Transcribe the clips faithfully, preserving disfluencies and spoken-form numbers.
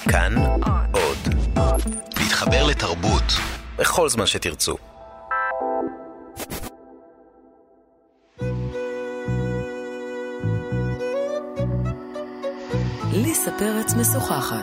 כאן עוד. להתחבר לתרבות בכל זמן שתרצו. ליסה פרץ משוחחת.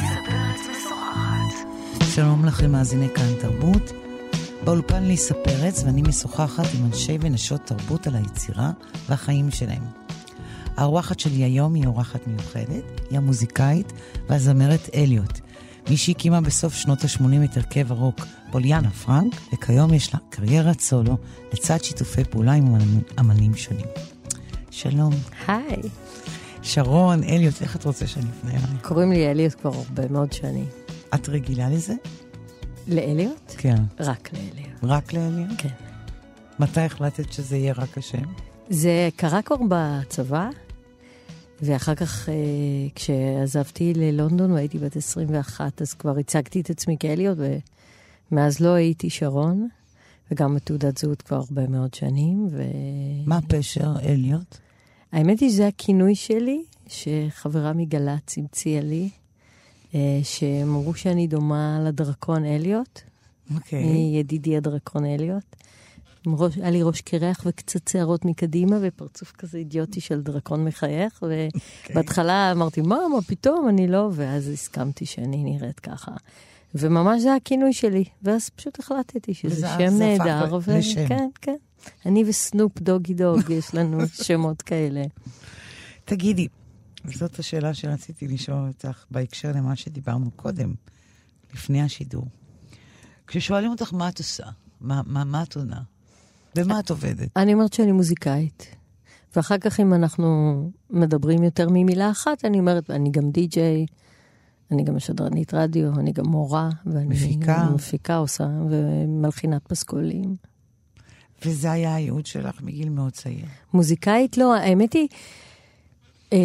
שלום לכם מאזיני כאן תרבות. באולפן ליסה פרץ, ואני משוחחת עם אנשי ונשות תרבות על היצירה והחיים שלהם. האורחת שלי היום היא אורחת מיוחדת, היא המוזיקאית והזמרת אליוט, מי שהקימה בסוף שנות ה-שמונים את הרכב הרוק פוליאנה פרנק, וכיום יש לה קריירת סולו לצד שיתופי פעולה עם אמנים שונים. שלום. היי. שרון, אליוט, איך את רוצה שאני אפנה אליי? קוראים לי אליוט כבר הרבה מאוד שנים. את רגילה לזה? לאליוט? כן. רק לאליוט. רק לאליוט? כן. מתי החלטת שזה יהיה רק השם? זה קרה כבר בצבא, ואחר כך כשעזבתי ללונדון והייתי בת עשרים ואחת, אז כבר הצגתי את עצמי כאליוט, ומאז לא הייתי שרון, וגם בתעודת זהות כבר הרבה מאוד שנים. ו... מה הפשר אליוט? האמת היא שזה הכינוי שלי, שחברה מגלץ המציאה לי, שהם אמרו שאני דומה לדרקון אליוט. אוקיי. Okay. ידידי הדרקון אליוט. ראש, היה לי ראש קרח וקצת שערות מקדימה, ופרצוף כזה אידיוטי של דרקון מחייך, ובהתחלה okay. אמרתי, מה, מה פתאום, אני לא, ואז הסכמתי שאני נראית ככה. וממש זה הכינוי שלי, ואז פשוט החלטתי שזה שם נהדר. ו... כן, כן. אני וסנופ דוגי דוג, יש לנו שמות כאלה. תגידי, וזאת השאלה שרציתי לשאול אותך בהקשר למה שדיברנו קודם, לפני השידור. כששואלים אותך מה את עושה, מה, מה, מה את עונה? במה את עובדת? אני אומרת שאני מוזיקאית. ואחר כך אם אנחנו מדברים יותר ממילה אחת, אני אומרת, אני גם די-ג'יי, אני גם משדרנית רדיו, אני גם מורה, ואני מפיקה. מפיקה עושה, ומלחינת פסקולים. וזה היה הייעוד שלך מגיל מאוד צעיר. מוזיקאית לא, האמת היא, אה,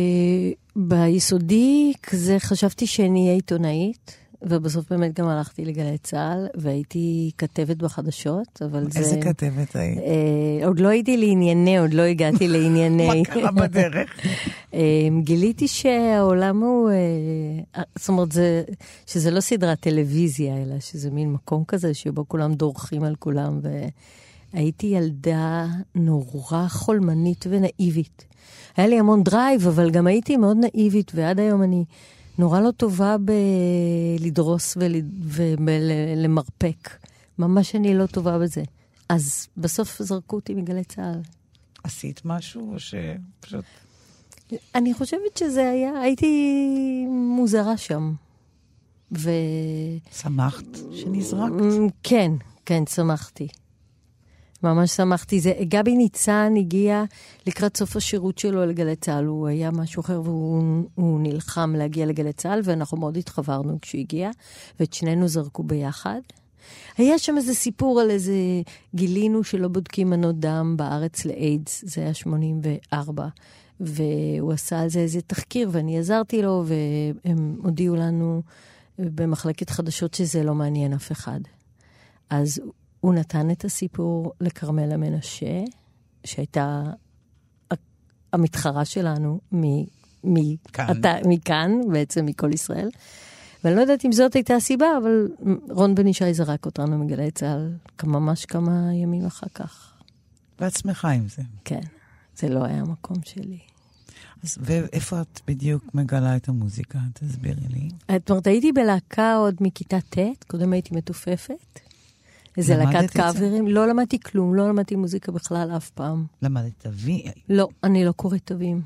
ביסודי כזה חשבתי שאני אהיה עיתונאית, ובסוף באמת גם הלכתי לגלי צהל, והייתי כתבת בחדשות, אבל זה... איזה כתבת היית? אה, עוד לא הייתי לענייני, עוד לא הגעתי לענייני. מה קרה בדרך? אה, גיליתי שהעולם הוא... אה, זאת אומרת, זה, שזה לא סדרת טלוויזיה, אלא שזה מין מקום כזה, שבו כולם דורכים על כולם, והייתי ילדה נורא חולמנית ונאיבית. היה לי המון דרייב, אבל גם הייתי מאוד נאיבית, ועד היום אני... נורא לא טובה בלדרוס ולמרפק. ממש אני לא טובה בזה. אז בסוף זרקו אותי מגלי צהל. עשית משהו או שפשוט... אני חושבת שזה היה, הייתי מוזרה שם. ו... שמחת שנזרקת? כן, כן, שמחתי. ממש שמחתי. זה, גבי ניצן הגיע לקראת סוף השירות שלו לגלי צהל. הוא היה משהו אחר והוא נלחם להגיע לגלי צהל, ואנחנו מאוד התחברנו כשהוא הגיע, ואת שנינו זרקו ביחד. היה שם איזה סיפור על איזה גילינו שלא בודקים מנות דם בארץ לאיידס, זה היה שמונים וארבע, והוא עשה על זה איזה תחקיר, ואני עזרתי לו, והם הודיעו לנו במחלקת חדשות שזה לא מעניין אף אחד. אז הוא נתן את הסיפור לקרמלה מנשה, שהייתה המתחרה שלנו מכאן, בעצם מכל ישראל. ואני לא יודעת אם זאת הייתה הסיבה, אבל רון בן ישי זרק אותנו מגלי צהל ממש כמה ימים אחר כך. בעצמך עם זה. כן, זה לא היה המקום שלי. אז ואיפה את בדיוק מגלה את המוזיקה? תסבירי לי. את אומרת, הייתי בלהקה עוד מכיתה ט', קודם הייתי מתופפת. איזה להקת קאברים. לא למדתי כלום, לא למדתי מוזיקה בכלל אף פעם. למדת תווים? לא, אני לא קוראת תווים.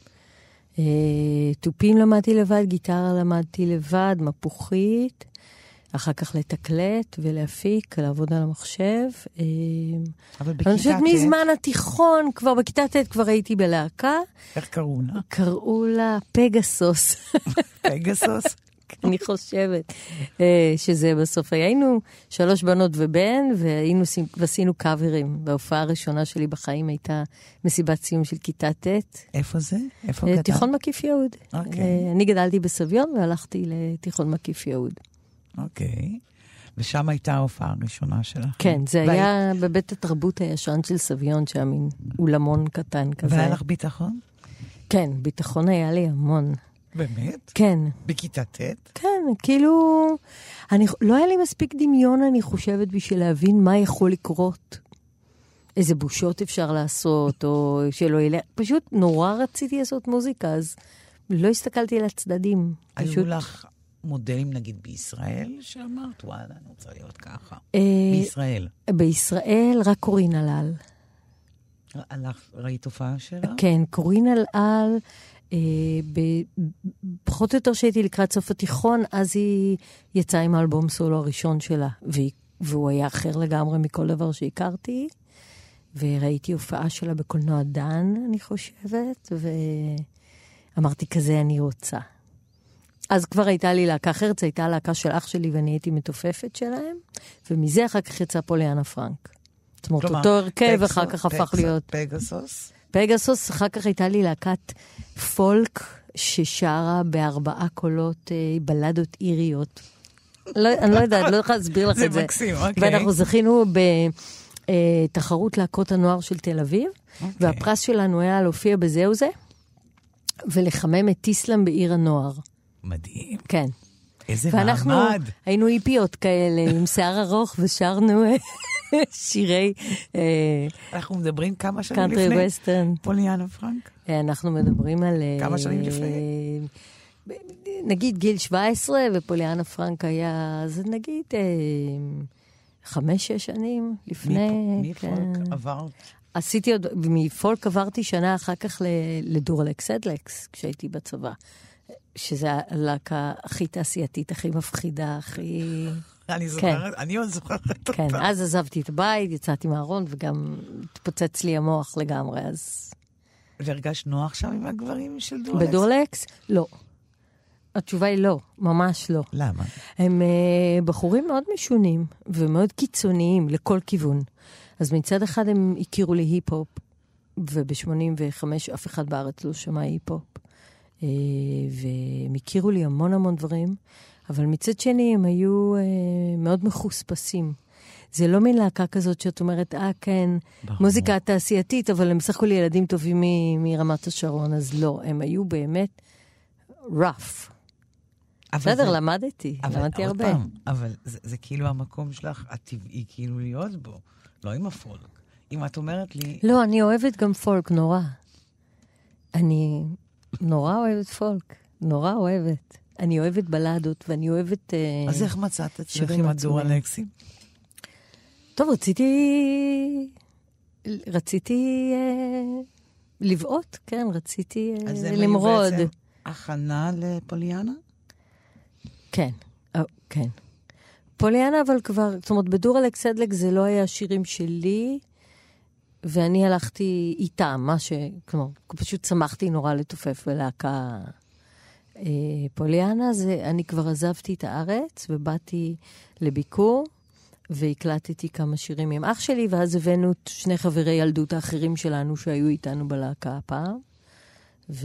טופים למדתי לבד, גיטרה למדתי לבד, מפוחית, אחר כך לתקלט ולהפיק, לעבוד על המחשב. אבל בכיתה אני חושבת מזמן התיכון, כבר בכיתה ט' כבר הייתי בלהקה. איך קראו לה? קראו לה פגסוס. פגסוס? אני חושבת שזה בסוף. היינו שלוש בנות ובן, והיינו, ועשינו קאברים. בהופעה הראשונה שלי בחיים הייתה מסיבת סיום של כיתה ט'. איפה זה? איפה גדל? תיכון מקיף יהוד. אוקיי. אני גדלתי בסביון והלכתי לתיכון מקיף יהוד. אוקיי. ושם הייתה ההופעה הראשונה שלך. כן, זה היה בבית התרבות הישן של סביון, שהיה מין אולמון קטן כזה. והיה לך ביטחון? כן, ביטחון היה לי המון. באמת? כן. בכיתה ט'? כן, כאילו... אני, לא היה לי מספיק דמיון, אני חושבת, בשביל להבין מה יכול לקרות. איזה בושות אפשר לעשות, או שלא ילך. פשוט נורא רציתי לעשות מוזיקה, אז לא הסתכלתי על הצדדים. היו פשוט... לך מודלים, נגיד, בישראל, שאמרת, וואלה, אני רוצה להיות ככה. אה, בישראל. בישראל רק קורין הלל. הלך, ראית תופעה שלה? כן, קורין הלל, אה, ב- פחות או יותר שהייתי לקראת סוף התיכון, אז היא יצאה עם האלבום סולו הראשון שלה, והיא, והוא היה אחר לגמרי מכל דבר שהכרתי, וראיתי הופעה שלה בקולנוע דן, אני חושבת, ואמרתי כזה אני רוצה. אז כבר הייתה לי להקה אחרת, הייתה להקה של אח שלי ואני הייתי מתופפת שלהם, ומזה אחר כך יצא פוליאנה פרנק. זאת אומרת, אותו הרכב אחר כך הפך להיות... פגסוס? פגסוס, אחר כך הייתה לי להקת פולק ששרה בארבעה קולות בלדות איריות. אני לא יודעת, לא יכולה להסביר לך את זה. זה מקסים, אוקיי. ואנחנו זכינו בתחרות להקות הנוער של תל אביב, והפרס שלנו היה להופיע בזהו זה, ולחמם את טיסלם בעיר הנוער. מדהים. כן. איזה ואנחנו מעמד. היינו איפיות כאלה, עם שיער ארוך, ושרנו שירי... אנחנו מדברים כמה שנים קאנטרי לפני? ווסטרן. פוליאנה פרנק? אנחנו מדברים על... כמה שנים לפני? נגיד גיל שבע עשרה, ופוליאנה פרנק היה, אז נגיד חמש, שש שנים לפני. מפולק עברת? עשיתי עוד, מפולק עברתי שנה אחר כך לדורלקס אדלקס, כשהייתי בצבא. שזה הלהקה הכי תעשייתית, הכי מפחידה, הכי... אני זוכרת, אני עוד זוכרת אותה. כן, אז עזבתי את הבית, יצאתי מהארון, וגם התפוצץ לי המוח לגמרי, אז... והרגש נוח שם עם הגברים של דורלקס? בדורלקס? לא. התשובה היא לא, ממש לא. למה? הם uh, בחורים מאוד משונים, ומאוד קיצוניים לכל כיוון. אז מצד אחד הם הכירו לי היפ-הופ, וב-שמונים וחמש אף אחד בארץ לא שמע היפ-הופ. Uh, והם הכירו לי המון המון דברים, אבל מצד שני הם היו uh, מאוד מחוספסים. זה לא מין להקה כזאת שאת אומרת, אה כן, ברור. מוזיקה תעשייתית, אבל הם בסך הכל ילדים טובים מ- מרמת השרון, אז לא, הם היו באמת rough. בסדר, זה... למדתי, אבל, למדתי הרבה. פעם, אבל זה, זה כאילו המקום שלך הטבעי כאילו להיות בו, לא עם הפולק. אם את אומרת לי... לא, אני אוהבת גם פולק, נורא. אני נורא אוהבת פולק, נורא אוהבת. אני אוהבת בלדות, ואני אוהבת... אז איך מצאת אצלך עם הדורלקסים? טוב, רציתי... רציתי אה, לבעוט, כן, רציתי אה, אז למרוד. אז הם היו בעצם הכנה לפוליאנה? כן, אה, כן. פוליאנה, אבל כבר... זאת אומרת, בדורלקס אדלקס זה לא היה שירים שלי, ואני הלכתי איתם, מה ש... כלומר, פשוט שמחתי נורא לתופף בלהקה... פוליאנה, זה, אני כבר עזבתי את הארץ, ובאתי לביקור, והקלטתי כמה שירים עם אח שלי, ואז הבאנו שני חברי ילדות האחרים שלנו, שהיו איתנו בלהקה הפעם, ו...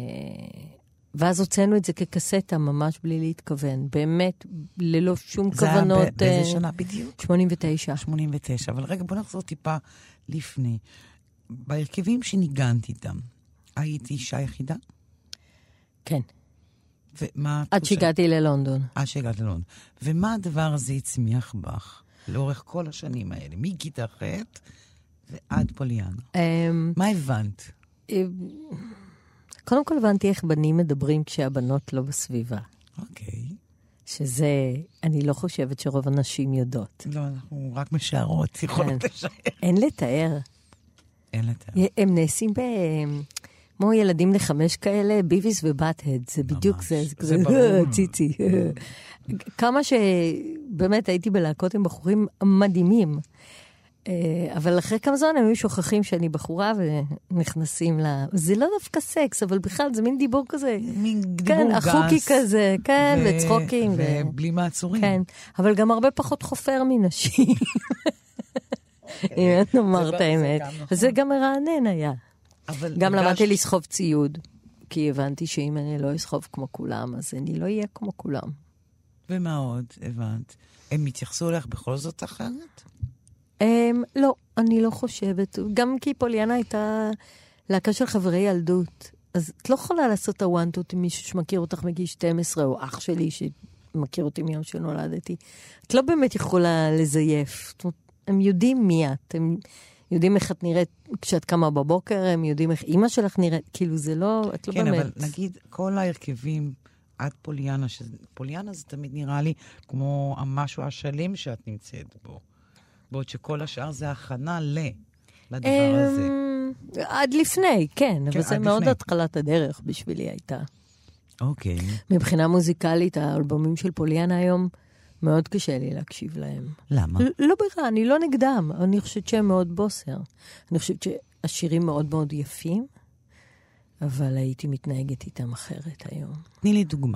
ואז הוצאנו את זה כקסטה, ממש בלי להתכוון, באמת, ללא שום זה כוונות. זה היה באיזה שנה בדיוק? שמונים ותשע. שמונים ותשע, אבל רגע, בוא נחזור טיפה לפני. בהרכבים שניגנת איתם, היית אישה יחידה? כן. ומה... עד שהגעתי ללונדון. עד שהגעת ללונדון. ומה הדבר הזה הצמיח בך לאורך כל השנים האלה? מכיתה ח' ועד פוליאנה. מה הבנת? קודם כל הבנתי איך בנים מדברים כשהבנות לא בסביבה. אוקיי. שזה, אני לא חושבת שרוב הנשים יודעות. לא, אנחנו רק משערות, יכולות לשער. אין לתאר. אין לתאר. הם נעשים ב... כמו ילדים לחמש כאלה, ביביס ובאט-הד, זה בדיוק זה. זה ברור. ציצי. כמה שבאמת הייתי בלהקות עם בחורים מדהימים, אבל אחרי כמה זמן הם היו שוכחים שאני בחורה ונכנסים לה... זה לא דווקא סקס, אבל בכלל זה מין דיבור כזה. מין דיבור כן, גס. החוקי כזה, כן, וצחוקים. ובלי מעצורים. כן, אבל גם הרבה פחות חופר מנשים. אם את נאמר את האמת. וזה גם מרענן היה. גם למדתי לסחוב ציוד, כי הבנתי שאם אני לא אסחוב כמו כולם, אז אני לא אהיה כמו כולם. ומה עוד הבנת? הם התייחסו אליך בכל זאת אחרת? לא, אני לא חושבת. גם כי פוליאנה הייתה להקה של חברי ילדות, אז את לא יכולה לעשות את הוואנטות עם מישהו שמכיר אותך מגיל שתים עשרה, או אח שלי שמכיר אותי מיום שנולדתי. את לא באמת יכולה לזייף. זאת אומרת, הם יודעים מי את, הם יודעים איך את נראית כשאת קמה בבוקר, הם יודעים איך אמא שלך נראית, כאילו זה לא, את לא כן, באמת. כן, אבל נגיד, כל ההרכבים, עד פוליאנה, פוליאנה זה תמיד נראה לי כמו המשהו השלם שאת נמצאת בו. בעוד שכל השאר זה הכנה ל... לדבר הזה. עד לפני, כן, אבל זה מאוד התחלת הדרך בשבילי הייתה. אוקיי. מבחינה מוזיקלית, האלבומים של פוליאנה היום, מאוד קשה לי להקשיב להם. למה? לא בכלל, אני לא נגדם, אני חושבת שהם מאוד בוסר. אני חושבת שהשירים מאוד מאוד יפים, אבל הייתי מתנהגת איתם אחרת היום. תני לי דוגמה.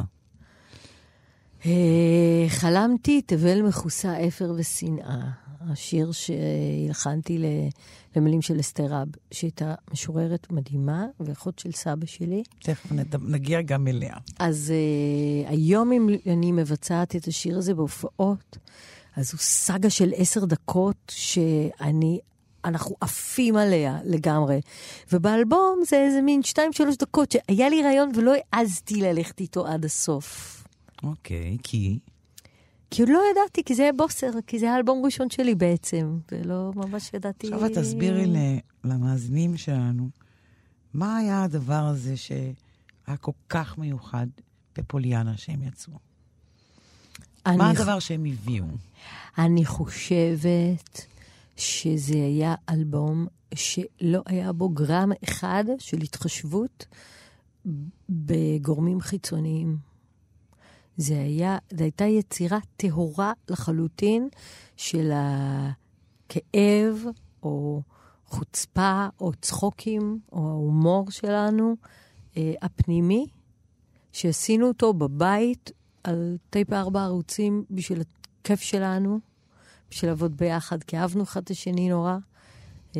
חלמתי תבל מכוסה אפר ושנאה. השיר שהלחנתי למילים של אסתר רב, שהייתה משוררת מדהימה, ואחות של סבא שלי. תכף נגיע גם אליה. אז uh, היום אם אני מבצעת את השיר הזה בהופעות, אז הוא סגה של עשר דקות שאני, אנחנו עפים עליה לגמרי. ובאלבום זה איזה מין שתיים שלוש דקות שהיה לי רעיון ולא העזתי ללכת איתו עד הסוף. אוקיי, כי... כי לא ידעתי, כי זה היה בוסר, כי זה היה האלבום ראשון שלי בעצם, ולא ממש ידעתי... עכשיו תסבירי למאזינים שלנו, מה היה הדבר הזה שהיה כל כך מיוחד בפוליאנה שהם יצאו? אני... מה הדבר שהם הביאו? אני חושבת שזה היה אלבום שלא היה בו גרם אחד של התחשבות בגורמים חיצוניים. זה היה, זה הייתה יצירה טהורה לחלוטין של הכאב, או חוצפה, או צחוקים, או ההומור שלנו, אה, הפנימי, שעשינו אותו בבית, על טייפ ארבע ערוצים, בשביל הכיף שלנו, בשביל לעבוד ביחד, כי אהבנו אחד את השני נורא. אה,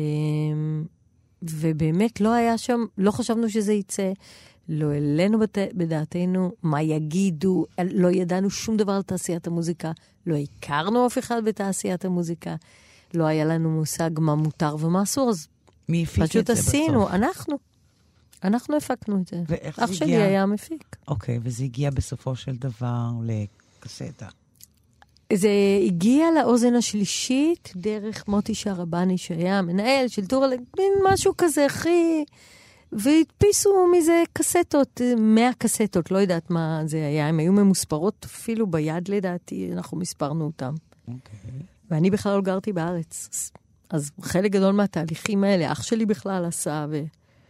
ובאמת לא היה שם, לא חשבנו שזה יצא, לא אלינו בת... בדעתנו מה יגידו, לא ידענו שום דבר על תעשיית המוזיקה, לא הכרנו אף אחד בתעשיית המוזיקה, לא היה לנו מושג מה מותר ומה אסור, אז מי הפיק פשוט את זה עשינו, בסוף? אנחנו. אנחנו הפקנו את זה. ואיך אח זה שלי הגיע? היה מפיק. אוקיי, וזה הגיע בסופו של דבר לקסטה. זה הגיע לאוזן השלישית דרך מוטי שרבני שהיה מנהל של טור, משהו כזה הכי... והדפיסו מזה קסטות, מאה קסטות, לא יודעת מה זה היה, הם היו ממוספרות אפילו ביד לדעתי, אנחנו מספרנו אותם. אוקיי. ואני בכלל לא גרתי בארץ, אז חלק גדול מהתהליכים האלה, אח שלי בכלל עשה, ו...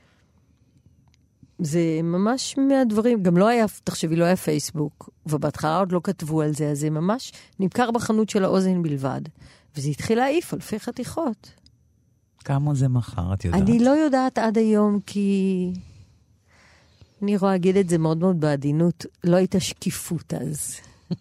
זה ממש מהדברים, גם לא היה, תחשבי, לא היה פייסבוק, ובהתחלה עוד לא כתבו על זה, אז זה ממש נמכר בחנות של האוזן בלבד, וזה התחיל להעיף אלפי חתיכות. כמה זה מחר, את יודעת? אני לא יודעת עד היום, כי אני רואה להגיד את זה מאוד מאוד בעדינות, לא הייתה שקיפות אז.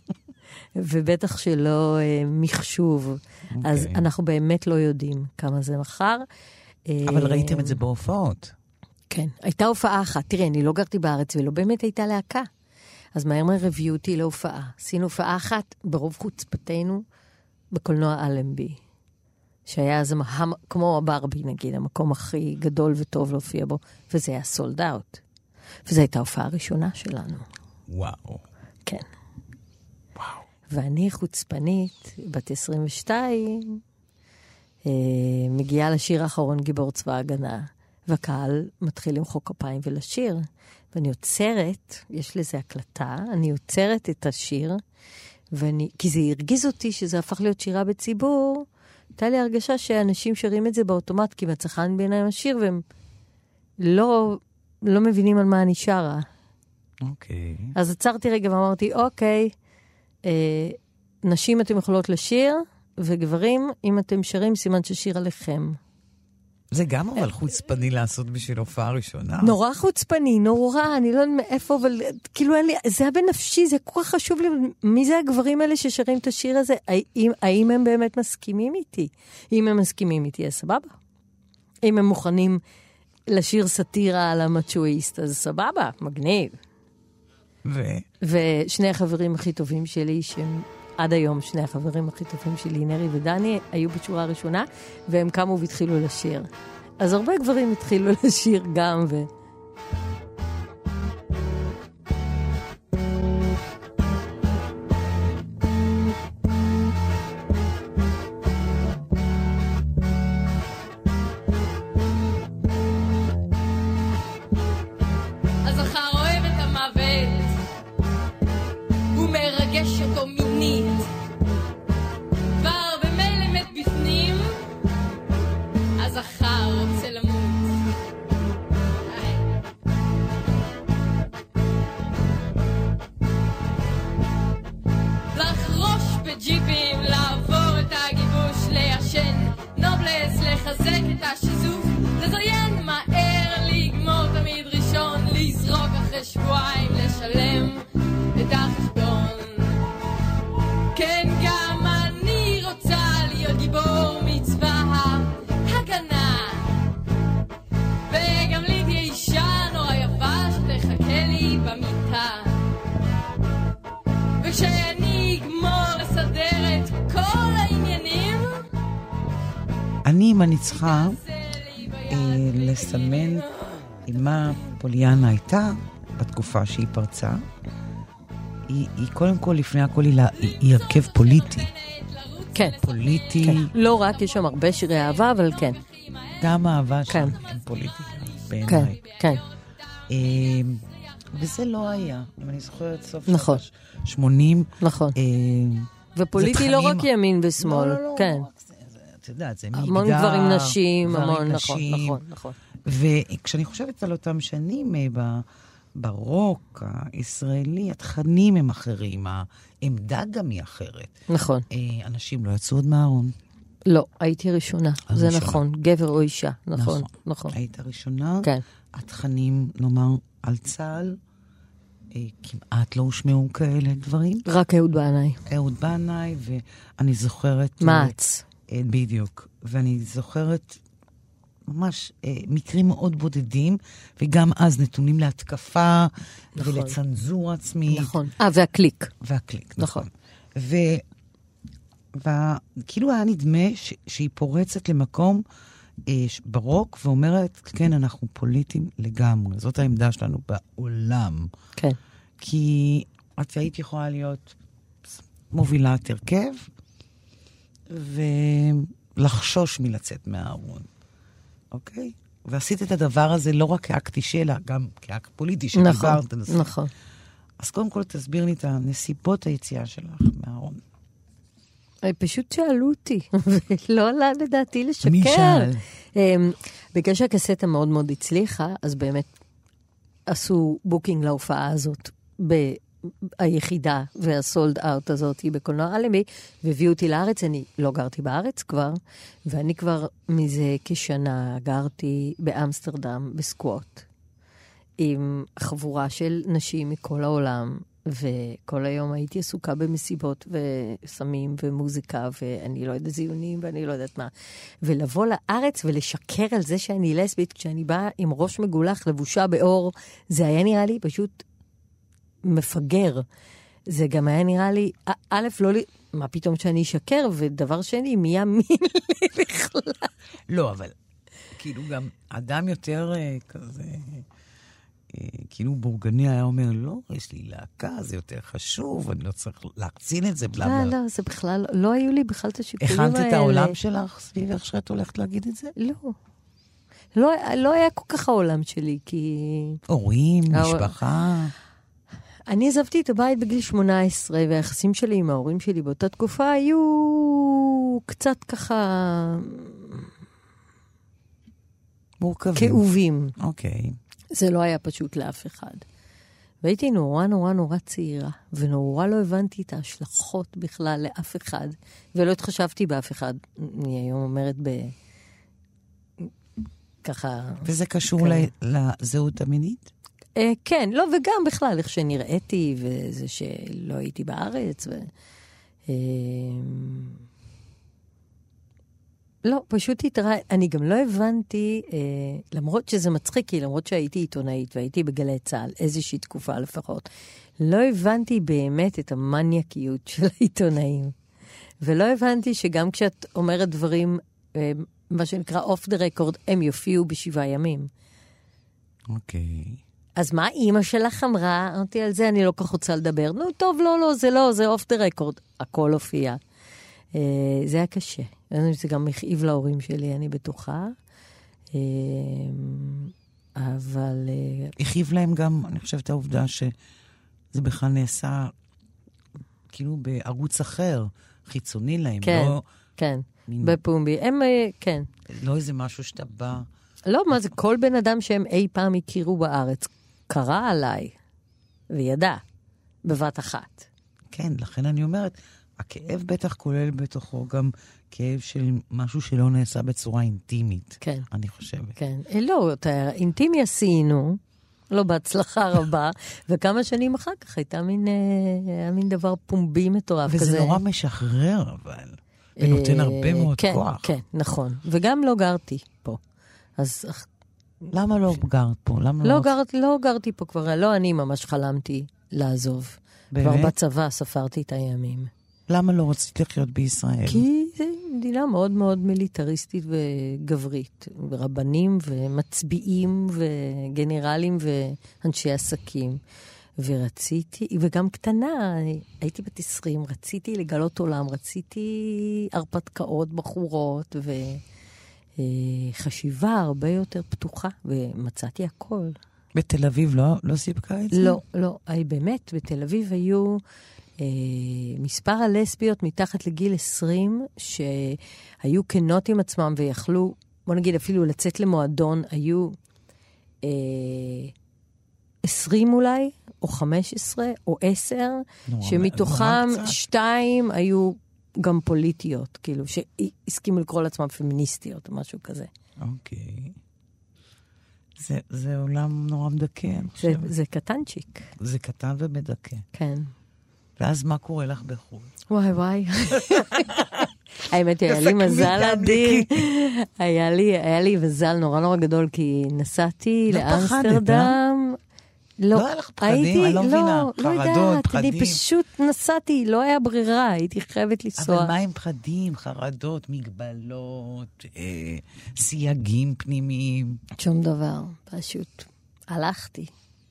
ובטח שלא אה, מחשוב. Okay. אז אנחנו באמת לא יודעים כמה זה מחר. אבל ראיתם את זה בהופעות. כן, הייתה הופעה אחת. תראי, אני לא גרתי בארץ ולא באמת הייתה להקה. אז מהר מהר הביאו אותי להופעה. עשינו הופעה אחת ברוב חוצפתנו בקולנוע אלנבי. שהיה אז כמו הברבי, נגיד, המקום הכי גדול וטוב להופיע בו, וזה היה סולד אאוט. וזו הייתה ההופעה הראשונה שלנו. וואו. כן. וואו. ואני חוצפנית, בת עשרים ושתיים, אה, מגיעה לשיר האחרון גיבור צבא הגנה, והקהל מתחיל למחוא כפיים ולשיר. ואני יוצרת, יש לזה הקלטה, אני יוצרת את השיר, ואני, כי זה הרגיז אותי שזה הפך להיות שירה בציבור, הייתה לי הרגשה שאנשים שרים את זה באוטומט, כי מצחן בעיניים השיר, והם לא, לא מבינים על מה אני שרה. אוקיי. Okay. אז עצרתי רגע ואמרתי, אוקיי, אה, נשים אתם יכולות לשיר, וגברים, אם אתם שרים, סימן ששיר עליכם. זה גם אבל חוצפני לעשות בשביל הופעה ראשונה. נורא חוצפני, נורא, אני לא יודעת מאיפה, אבל כאילו אין לי, זה היה בנפשי, זה כל כך חשוב לי, מי זה הגברים האלה ששרים את השיר הזה? האם, האם הם באמת מסכימים איתי? אם הם מסכימים איתי, אז סבבה. אם הם מוכנים לשיר סטירה על המצ'ואיסט, אז סבבה, מגניב. ו? ושני החברים הכי טובים שלי, שהם עד היום שני החברים הכי טובים שלי, נרי ודני, היו בשורה הראשונה, והם קמו והתחילו לשיר. אז הרבה גברים התחילו לשיר גם, ו... בג'יפים לעבור את הגיבוש, לישן נובלס, לחזק את השיזוף, לזיין מהר, לגמור תמיד ראשון, לזרוק אחרי שבועיים, לשלם את החשבון. כן, גם אני רוצה להיות גיבור מצבא ההגנה, וגם לי תהיה אישה נורא יפה שתחכה לי במיטה, וכשאני אגמור לסדר את כל העניינים, אני, אם אני צריכה אה, לסמן עם מה פוליאנה הייתה בתקופה שהיא פרצה, היא, היא קודם כל, לפני הכל, היא, היא, היא הרכב פוליטי. כן. פוליטי. כן. לא רק, יש שם הרבה שירי אהבה, אבל כן. גם האהבה כן. שם הם פוליטיקה, בעיניי. כן, כן. אה, וזה לא היה, אם אני זוכרת סוף נכון. שמונים. נכון. אה, ופוליטי לא רק ימין ושמאל. לא, לא, לא. כן. את יודעת, זה מגדר. המון גברים נשים, המון, נכון, נשים. נכון, נכון. וכשאני חושבת על אותם שנים ב, ברוק הישראלי, התכנים הם אחרים, העמדה גם היא אחרת. נכון. אנשים לא יצאו עוד מהארון. לא, הייתי ראשונה, זה ראשונה. נכון, גבר או אישה, נכון, נכון. נכון. היית ראשונה, כן. התכנים, נאמר, על צה"ל, כמעט לא הושמעו כאלה דברים. רק אהוד בעיניי. אהוד בעיניי, ואני זוכרת... מעץ. בדיוק. ואני זוכרת ממש אה, מקרים מאוד בודדים, וגם אז נתונים להתקפה, נכון. ולצנזור עצמי. נכון. אה, והקליק. והקליק, נכון. נכון. וכאילו היה נדמה ש, שהיא פורצת למקום אה, ברוק, ואומרת, כן, אנחנו פוליטיים לגמרי. זאת העמדה שלנו בעולם. כן. כי את היית יכולה להיות מובילת הרכב, ולחשוש מלצאת מהארון. אוקיי? ועשית את הדבר הזה לא רק כאקט אישי, אלא גם כאקט פוליטי שדיברת. נכון, נכון. אז קודם כל תסביר לי את הנסיבות היציאה שלך מהארון. פשוט שאלו אותי, ולא עלה לדעתי לשקר. מי שאל? בגלל שהקסטה מאוד מאוד הצליחה, אז באמת עשו בוקינג להופעה הזאת ביחידה, והסולד אאוט הזאת היא בקולנוע אלמי, והביאו אותי לארץ. אני לא גרתי בארץ כבר, ואני כבר מזה כשנה גרתי באמסטרדם בסקווט, עם חבורה של נשים מכל העולם, וכל היום הייתי עסוקה במסיבות וסמים ומוזיקה, ואני לא יודעת זיונים, ואני לא יודעת מה. ולבוא לארץ ולשקר על זה שאני לסבית, כשאני באה עם ראש מגולח לבושה באור, זה היה נראה לי פשוט מפגר. זה גם היה נראה לי, א', לא לי, מה פתאום שאני אשקר, ודבר שני, מי יאמין לי בכלל? לא, אבל כאילו גם אדם יותר כזה... כאילו בורגני היה אומר, לא, יש לי להקה, זה יותר חשוב, אני לא צריך להקצין את זה, בלה בלה. לא, לא, זה בכלל, לא היו לי בכלל את השיקולים האלה. הכנת את העולם שלך סביב איך שאת הולכת להגיד את זה? לא. לא, לא היה כל כך העולם שלי, כי... הורים, משפחה. אני עזבתי את הבית בגיל שמונה עשרה, והיחסים שלי עם ההורים שלי באותה תקופה היו קצת ככה... מורכבים. כאובים. אוקיי. זה לא היה פשוט לאף אחד. והייתי נורא נורא נורא צעירה, ונורא לא הבנתי את ההשלכות בכלל לאף אחד, ולא התחשבתי באף אחד. אני היום אומרת ב... ככה... וזה קשור כן. לזהות המינית? אה, כן, לא, וגם בכלל, איך שנראיתי, וזה שלא הייתי בארץ, ו... אה... לא, פשוט התראה, אני גם לא הבנתי, אה, למרות שזה מצחיק, כי למרות שהייתי עיתונאית והייתי בגלי צהל, איזושהי תקופה לפחות, לא הבנתי באמת את המניאקיות של העיתונאים. ולא הבנתי שגם כשאת אומרת דברים, אה, מה שנקרא off the record, הם יופיעו בשבעה ימים. אוקיי. אז מה אמא שלך אמרה? אמרתי על זה, אני לא כך רוצה לדבר. נו, טוב, לא, לא, זה לא, זה off the record. הכל הופיע. אה, זה היה קשה. זה גם מכאיב להורים שלי, אני בטוחה. אבל... הכאיב להם גם, אני חושבת, העובדה שזה בכלל נעשה כאילו בערוץ אחר, חיצוני להם. כן, לא... כן, בפומבי. הם, כן. לא איזה משהו שאתה בא... לא, מה זה, כל בן אדם שהם אי פעם הכירו בארץ, קרא עליי, וידע, בבת אחת. כן, לכן אני אומרת, הכאב בטח כולל בתוכו גם כאב של משהו שלא נעשה בצורה אינטימית. כן. אני חושבת. כן. לא, את האינטימי עשינו, לא בהצלחה רבה, וכמה שנים אחר כך הייתה מין, היה מין דבר פומבי מטורף וזה כזה. וזה נורא משחרר, אבל. ונותן הרבה מאוד כן, כוח. כן, נכון. וגם לא גרתי פה. אז... למה לא גרת פה? למה לא, גרת, לא גרתי פה כבר. לא, אני ממש חלמתי לעזוב. באמת? כבר בצבא ספרתי את הימים. למה לא רצית לחיות בישראל? כי זו מדינה מאוד מאוד מיליטריסטית וגברית. רבנים ומצביעים וגנרלים ואנשי עסקים. ורציתי, וגם קטנה, הייתי בת עשרים, רציתי לגלות עולם, רציתי הרפתקאות בחורות וחשיבה הרבה יותר פתוחה, ומצאתי הכל. בתל אביב לא, לא סיפקה את זה? לא, לא. באמת, בתל אביב היו אה, מספר הלסביות מתחת לגיל עשרים, שהיו כנות עם עצמם ויכלו, בוא נגיד אפילו לצאת למועדון, היו אה, עשרים אולי, או חמש עשרה, או עשר, שמתוכם שתיים היו גם פוליטיות, כאילו, שהסכימו לקרוא לעצמם פמיניסטיות, או משהו כזה. אוקיי. זה, זה עולם נורא מדכא. זה, זה קטנצ'יק. זה קטן ומדכא. כן. ואז מה קורה לך בחו"ל? וואי וואי. האמת, היה לי מזל אדיר. היה לי, היה לי מזל נורא נורא גדול, כי נסעתי לאמסטרדם. לא היה לך פחדים? אני לא מבינה. חרדות, פחדים. אני פשוט נסעתי, לא היה ברירה, הייתי חייבת לנסוע. אבל מה עם פחדים, חרדות, מגבלות, אה, סייגים פנימיים? שום דבר, פשוט הלכתי.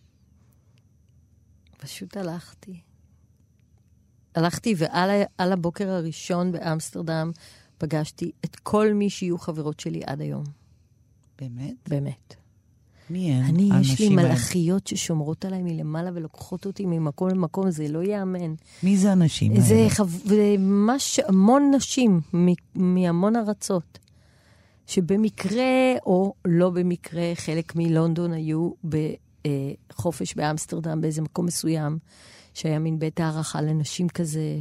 פשוט הלכתי. הלכתי, ועל הבוקר הראשון באמסטרדם פגשתי את כל מי שיהיו חברות שלי עד היום. באמת? באמת. מי הן? אני, יש לי מלאכיות ששומרות עליי מלמעלה ולוקחות אותי ממקום למקום, זה לא יאמן. מי זה אנשים האלה? זה חו... ממש המון נשים, מ... מהמון ארצות, שבמקרה או לא במקרה, חלק מלונדון היו בחופש באמסטרדם, באיזה מקום מסוים, שהיה מין בית הערכה לנשים כזה,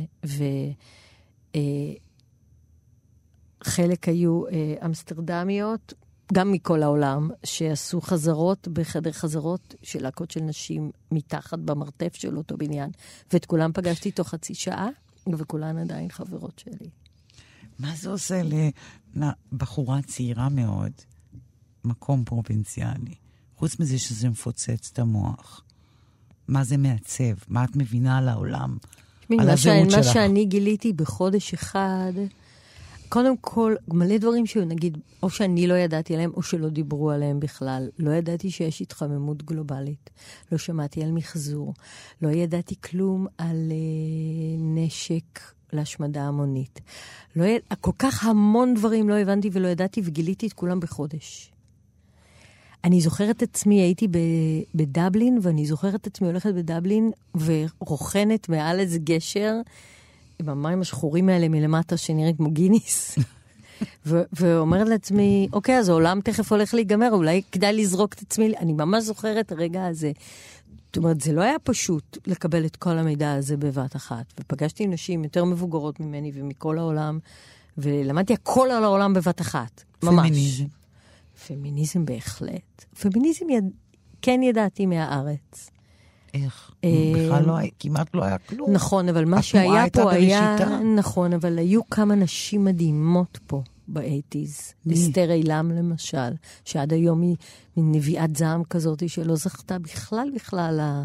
וחלק היו אמסטרדמיות, גם מכל העולם, שעשו חזרות בחדר חזרות של להקות של נשים מתחת במרתף של אותו בניין. ואת כולם פגשתי תוך חצי שעה, וכולן עדיין חברות שלי. מה זה עושה לבחורה צעירה מאוד, מקום פרובינציאלי? חוץ מזה שזה מפוצץ את המוח. מה זה מעצב? מה את מבינה על העולם? על הזהות שלך? מה שאני גיליתי בחודש אחד... קודם כל, מלא דברים שנגיד, או שאני לא ידעתי עליהם, או שלא דיברו עליהם בכלל. לא ידעתי שיש התחממות גלובלית. לא שמעתי על מחזור. לא ידעתי כלום על uh, נשק להשמדה המונית. לא יד... כל כך המון דברים לא הבנתי ולא ידעתי, וגיליתי את כולם בחודש. אני זוכרת את עצמי, הייתי בדבלין, ואני זוכרת את עצמי הולכת בדבלין, ורוחנת מעל איזה גשר, עם המים השחורים האלה מלמטה שנראה כמו גיניס. ו- ואומרת לעצמי, אוקיי, אז העולם תכף הולך להיגמר, אולי כדאי לזרוק את עצמי. אני ממש זוכרת את הרגע הזה. זאת אומרת, זה לא היה פשוט לקבל את כל המידע הזה בבת אחת. ופגשתי נשים יותר מבוגרות ממני ומכל העולם, ולמדתי הכל על העולם בבת אחת. ממש. פמיניזם. פמיניזם בהחלט. פמיניזם יד... כן ידעתי מהארץ. איך? בכלל לא, כמעט לא היה כלום. נכון, אבל מה שהיה פה היה... נכון, אבל היו כמה נשים מדהימות פה ב-שמונים. אסתר אילם למשל, שעד היום היא נביאת זעם כזאת, שלא זכתה בכלל בכלל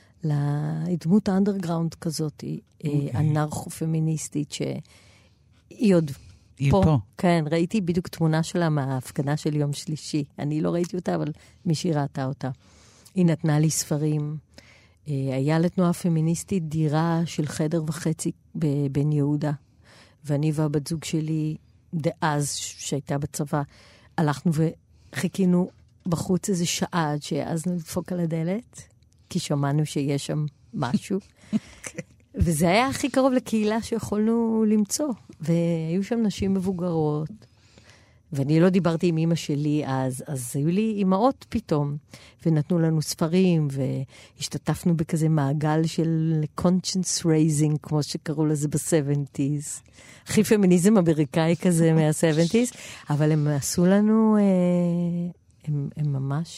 לדמות האנדרגראונד כזאת, אנרכו-פמיניסטית, שהיא עוד פה. כן, ראיתי בדיוק תמונה שלה מההפגנה של יום שלישי. אני לא ראיתי אותה, אבל מישהי ראתה אותה. היא נתנה לי ספרים. היה לתנועה פמיניסטית דירה של חדר וחצי בבן יהודה, ואני והבת זוג שלי דאז שהייתה בצבא, הלכנו וחיכינו בחוץ איזה שעה עד שהעזנו לדפוק על הדלת, כי שמענו שיש שם משהו. וזה היה הכי קרוב לקהילה שיכולנו למצוא. והיו שם נשים מבוגרות, ואני לא דיברתי עם אמא שלי אז, אז היו לי אמאות פתאום, ונתנו לנו ספרים, והשתתפנו בכזה מעגל של conscience raising, כמו שקראו לזה ב-שבעים. הכי פמיניזם אמריקאי כזה מה-שבעים, אבל הם עשו לנו, הם, הם ממש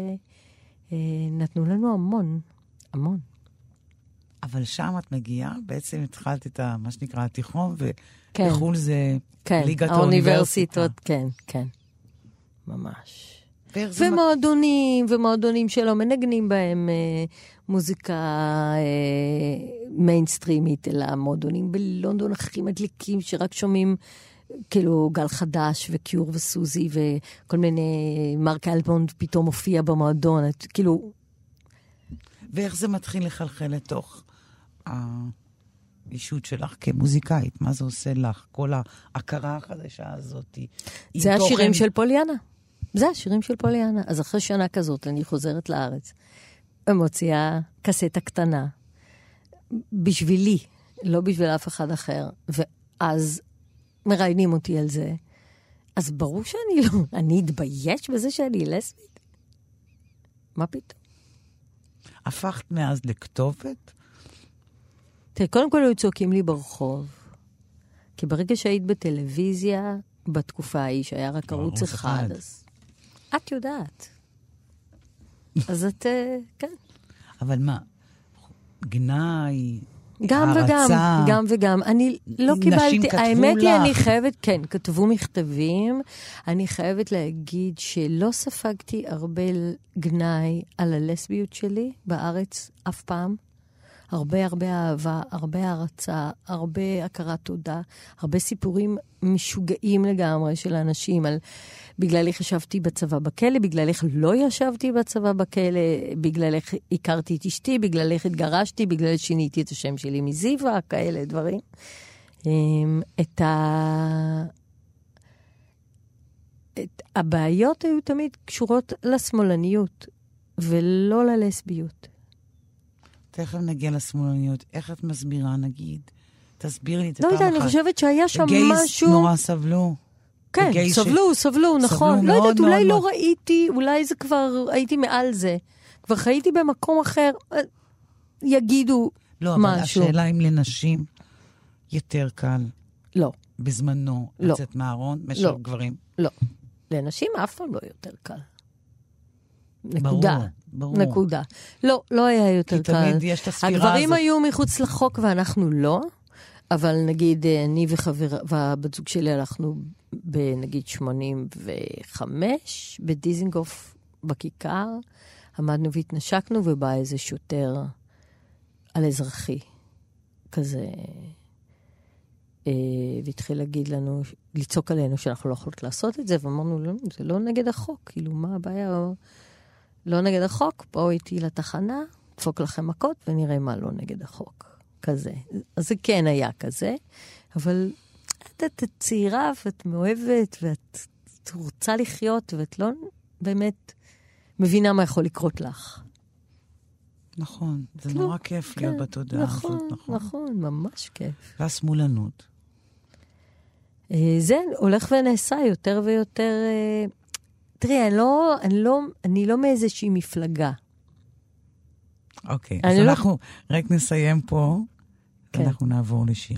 נתנו לנו המון, המון. אבל שם את מגיעה, בעצם התחלת את ה, מה שנקרא התיכון, כן. ובחול זה כן, ליגת האוניברסיטה. האוניברסיטות, כן, כן, ממש. ומועדונים, ומועדונים שלא מנגנים בהם אה, מוזיקה אה, מיינסטרימית, אלא מועדונים בלונדון הכי מדליקים, שרק שומעים כאילו גל חדש, וקיור וסוזי, וכל מיני, מרק אלבונד פתאום הופיע במועדון, את, כאילו... ואיך זה מתחיל לחלחל לתוך האישות שלך כמוזיקאית? מה זה עושה לך? כל ההכרה החדשה הזאת. זה השירים של פוליאנה. זה השירים של פוליאנה. אז אחרי שנה כזאת אני חוזרת לארץ. ומוציאה קסטה קטנה. בשבילי, לא בשביל אף אחד אחר. ואז מראיינים אותי על זה. אז ברור שאני לא... אני אתבייש בזה שאני לסבית. מה פתאום? הפכת מאז לכתובת? תראה, קודם כל היו צועקים לי ברחוב. כי ברגע שהיית בטלוויזיה, בתקופה ההיא שהיה רק ערוץ אחד, אז את יודעת. אז את, כן. אבל מה? גנאי, גם וגם, גם וגם. אני לא קיבלתי, האמת היא, אני חייבת, כן, כתבו מכתבים, אני חייבת להגיד שלא ספגתי הרבה גנאי על הלסביות שלי בארץ אף פעם. הרבה הרבה אהבה, הרבה הערצה, הרבה הכרת תודה, הרבה סיפורים משוגעים לגמרי של אנשים על בגלל איך ישבתי בצבא בכלא, בגלל איך לא ישבתי בצבא בכלא, בגלל איך הכרתי את אשתי, בגלל איך התגרשתי, בגלל שיניתי את השם שלי מזיווה, כאלה דברים. את ה... את הבעיות היו תמיד קשורות לשמאלניות, ולא ללסביות. תכף נגיע לשמאלניות. איך את מסבירה, נגיד? תסביר לי את לא יודע, אני חושבת שהיה שם משהו... גייס נורא סבלו. כן, סבלו, סבלו, נכון. לא יודעת, אולי לא ראיתי, אולי זה כבר, הייתי מעל זה. כבר חייתי במקום אחר, יגידו משהו. לא, אבל השאלה אם לנשים יותר קל. לא. בזמנו, לצאת מהארון, משל גברים. לא. לנשים אף פעם לא יותר קל. נקודה. ברור. נקודה. לא, לא היה יותר קל. כי תמיד יש את הספירה הזאת. הגברים היו מחוץ לחוק ואנחנו לא, אבל נגיד אני וחבר, והבת זוג שלי הלכנו בנגיד שמונים וחמש, בדיזינגוף בכיכר, עמדנו והתנשקנו ובא איזה שוטר על אזרחי, כזה, אה, והתחיל להגיד לנו, לצעוק עלינו שאנחנו לא יכולות לעשות את זה, ואמרנו, לא, זה לא נגד החוק, כאילו מה הבעיה? לא נגד החוק, בואו איתי לתחנה, דפוק לכם מכות ונראה מה לא נגד החוק. כזה. אז זה כן היה כזה, אבל את, את, את צעירה ואת מאוהבת ואת רוצה לחיות ואת לא באמת מבינה מה יכול לקרות לך. נכון, זה נורא כיף להיות בתודעה. נכון, נכון, ממש כיף. והשמאלנות. זה הולך ונעשה יותר ויותר... תראי, אני לא, אני לא, אני לא מאיזושהי מפלגה. אוקיי, אז לא... אנחנו רק נסיים פה, כן. ואנחנו נעבור לשיר.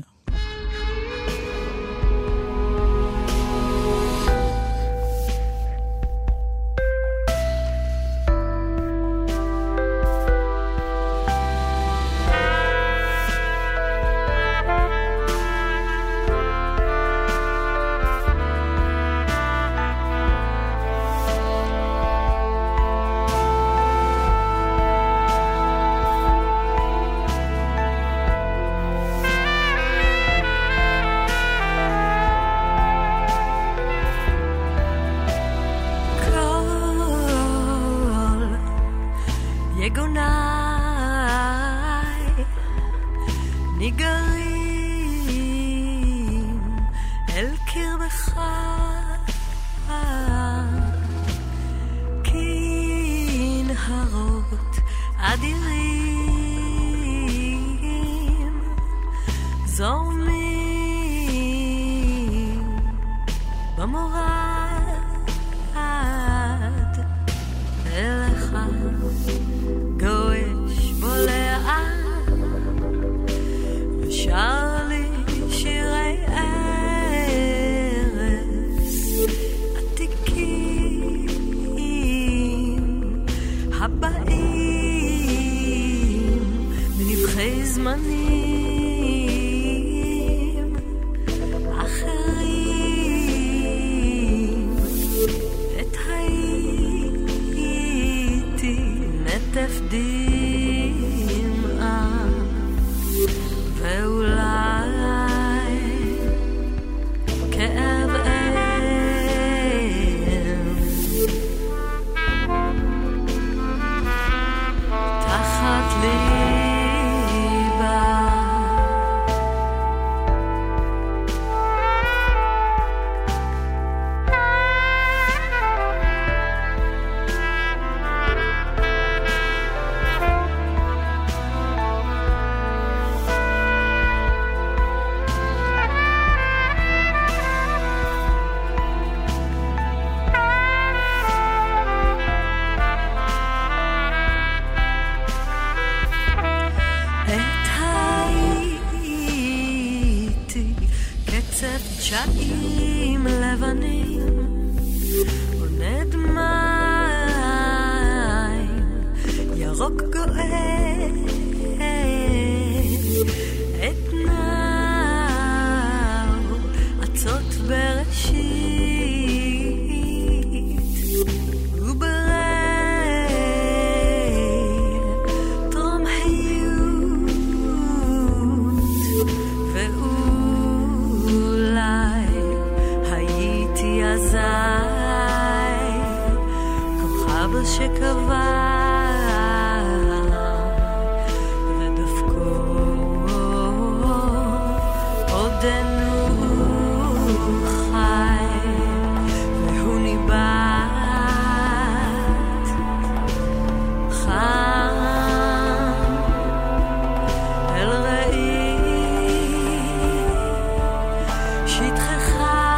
זורמים במורה לבנים אחרים, את הייתי נטף דמעה, ואולי כאב אם תחת ליבה. פשעים לבנים ונד מים ירוק גואל את נאו עצות בראשית ובליל תרום חיות שקבע ודווקא עודנו חי והוא ניבט חם אל ראי שטחך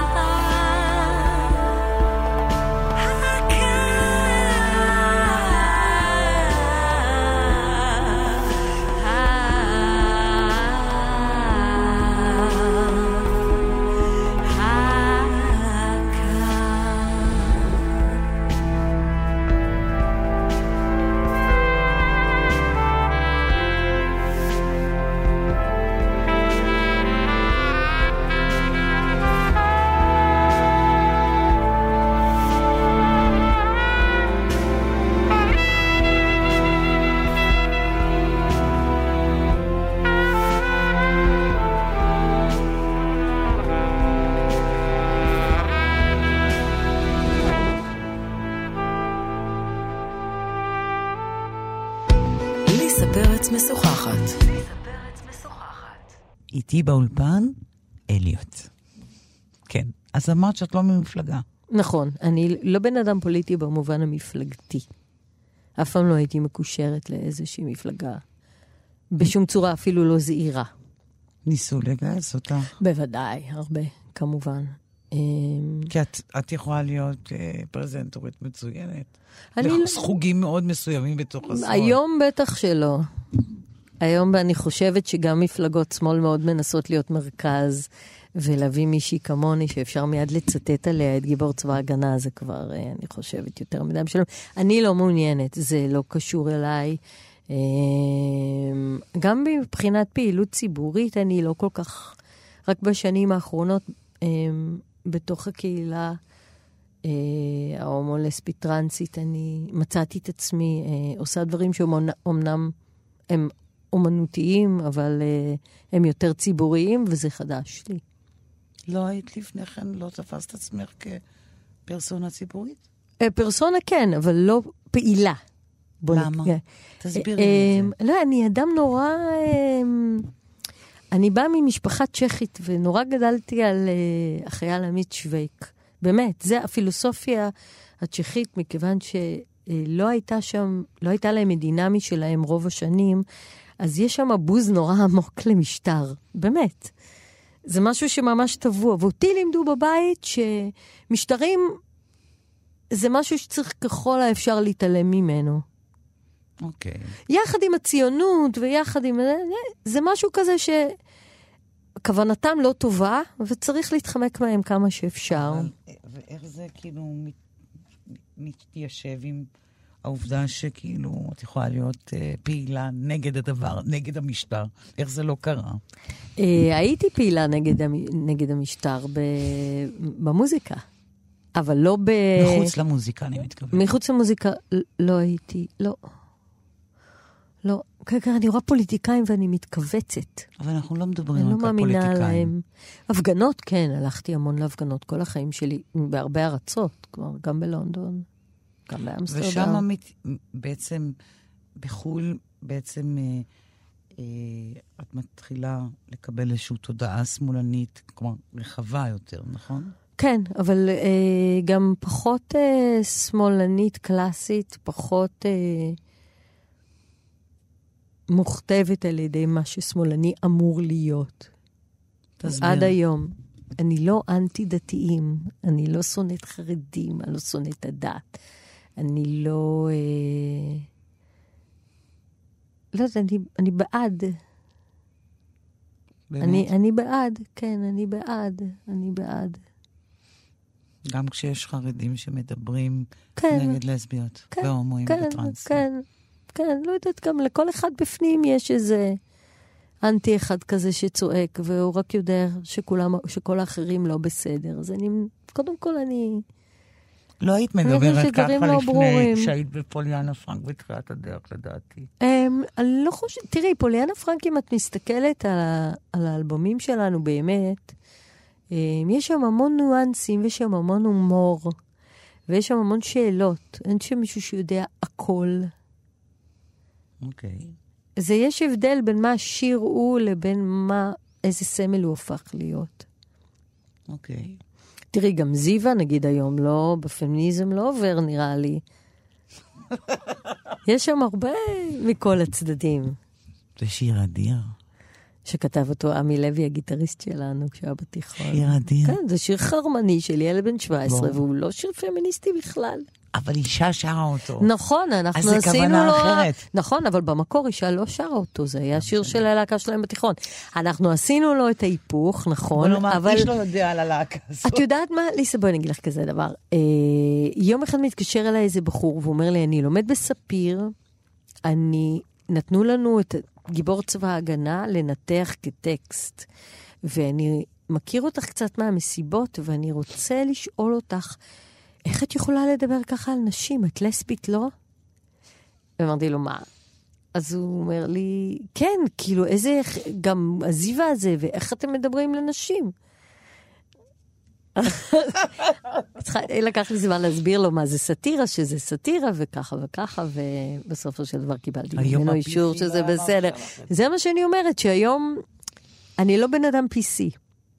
משוחחת. איתי באולפן, אליוט. כן, אז אמרת שאת לא ממפלגה. נכון, אני לא בן אדם פוליטי במובן המפלגתי. אף פעם לא הייתי מקושרת לאיזושהי מפלגה. בשום צורה, אפילו לא זהירה. ניסו לגייס אותה. בוודאי, הרבה, כמובן. כי את, את יכולה להיות uh, פרזנטורית מצוינת. אני... חוגים מאוד מסוימים בתוך השמאל. היום בטח שלא. היום אני חושבת שגם מפלגות שמאל מאוד מנסות להיות מרכז, ולהביא מישהי כמוני שאפשר מיד לצטט עליה את גיבור צבא הגנה, זה כבר, אני חושבת, יותר מדי בשלום. אני לא מעוניינת, זה לא קשור אליי. גם מבחינת פעילות ציבורית, אני לא כל כך, רק בשנים האחרונות, בתוך הקהילה ההומו-לסבית טרנסית, אני מצאתי את עצמי, עושה דברים שאומנם הם אומנותיים, אבל הם יותר ציבוריים, וזה חדש לי. לא היית לפני כן, לא תפסת עצמך כפרסונה ציבורית? פרסונה כן, אבל לא פעילה. למה? תסבירי לי את זה. לא, אני אדם נורא... אני באה ממשפחה צ'כית, ונורא גדלתי על החייל עמית שווייק. באמת, זה הפילוסופיה הצ'כית, מכיוון שלא הייתה שם, לא הייתה להם מדינה משלהם רוב השנים, אז יש שם בוז נורא עמוק למשטר. באמת. זה משהו שממש טבוע. ואותי לימדו בבית שמשטרים זה משהו שצריך ככל האפשר להתעלם ממנו. אוקיי. Okay. יחד עם הציונות ויחד עם... זה משהו כזה שכוונתם לא טובה, וצריך להתחמק מהם כמה שאפשר. אבל, ואיך זה כאילו מת, מתיישב עם העובדה שכאילו את יכולה להיות אה, פעילה נגד הדבר, נגד המשטר. איך זה לא קרה? אה, הייתי פעילה נגד, המ- נגד המשטר ב, במוזיקה, אבל לא ב... מחוץ למוזיקה, אני מתכוון. מחוץ למוזיקה לא הייתי, לא. לא. ככה, אני רואה פוליטיקאים ואני מתכווצת. אבל אנחנו לא מדברים אני רק לא על מאמינה פוליטיקאים. להם. הפגנות, כן, הלכתי המון להפגנות כל החיים שלי, בהרבה ארצות, כלומר, גם בלונדון, גם באמסטרדם. ושם מת... בעצם, בחול, בעצם אה, אה, את מתחילה לקבל איזושהי תודעה שמאלנית, כלומר, רחבה יותר, נכון? כן, אבל אה, גם פחות אה, שמאלנית קלאסית, פחות... אה, מוכתבת על ידי מה ששמאלני אמור להיות. תסביר. עד היום. אני לא אנטי-דתיים, אני לא שונאת חרדים, אני לא שונאת הדת. אני לא... אה... לא יודע, אני, אני בעד. אני, אני בעד, כן, אני בעד, אני בעד. גם כשיש חרדים שמדברים כן, נגד לסביות כן, והומואים כן, וטרנסים. כן, כן, לא יודעת, גם לכל אחד בפנים יש איזה אנטי אחד כזה שצועק, והוא רק יודע שכולם, שכל האחרים לא בסדר. אז אני, קודם כל אני... לא היית מדברת ככה לא לפני ברורים. שהיית בפוליאנה פרנק בתחילת הדרך, לדעתי. Um, אני לא חושבת, תראי, פוליאנה פרנק, אם את מסתכלת על, ה, על האלבומים שלנו באמת, um, יש שם המון ניואנסים, ויש שם המון הומור, ויש שם המון שאלות. אין שם מישהו שיודע הכל. אוקיי. זה יש הבדל בין מה השיר הוא לבין מה, איזה סמל הוא הופך להיות. אוקיי. תראי, גם זיווה, נגיד היום, לא, בפמיניזם לא עובר, נראה לי. יש שם הרבה מכל הצדדים. זה שיר אדיר. שכתב אותו עמי לוי, הגיטריסט שלנו, כשהיה בתיכון. שיר אדיר. כן, זה שיר חרמני של ילד בן שבע עשרה, והוא לא שיר פמיניסטי בכלל. אבל אישה שרה אותו. נכון, אנחנו אז זה עשינו כוונה לו... אחרת. נכון, אבל במקור אישה לא שרה אותו, זה היה שיר של הלהקה שלהם בתיכון. אנחנו עשינו לו את ההיפוך, נכון, בוא נאמר, אבל... איש לא יודע על הלהקה הזאת. את יודעת מה? ליסה, בואי נגיד לך כזה דבר. אה, יום אחד מתקשר אליי איזה בחור, והוא אומר לי, אני לומד בספיר, אני... נתנו לנו את גיבור צבא ההגנה לנתח כטקסט, ואני מכיר אותך קצת מהמסיבות, ואני רוצה לשאול אותך, איך את יכולה לדבר ככה על נשים? את לסבית, לא? ואמרתי לו, מה? אז הוא אומר לי, כן, כאילו, איזה, גם הזיווה הזה, ואיך אתם מדברים לנשים? לקח לי זמן להסביר לו מה זה סאטירה, שזה סאטירה, וככה וככה, ובסופו של דבר קיבלתי ממנו אישור שזה בסדר. זה מה שאני אומרת, שהיום אני לא בן אדם פי סי.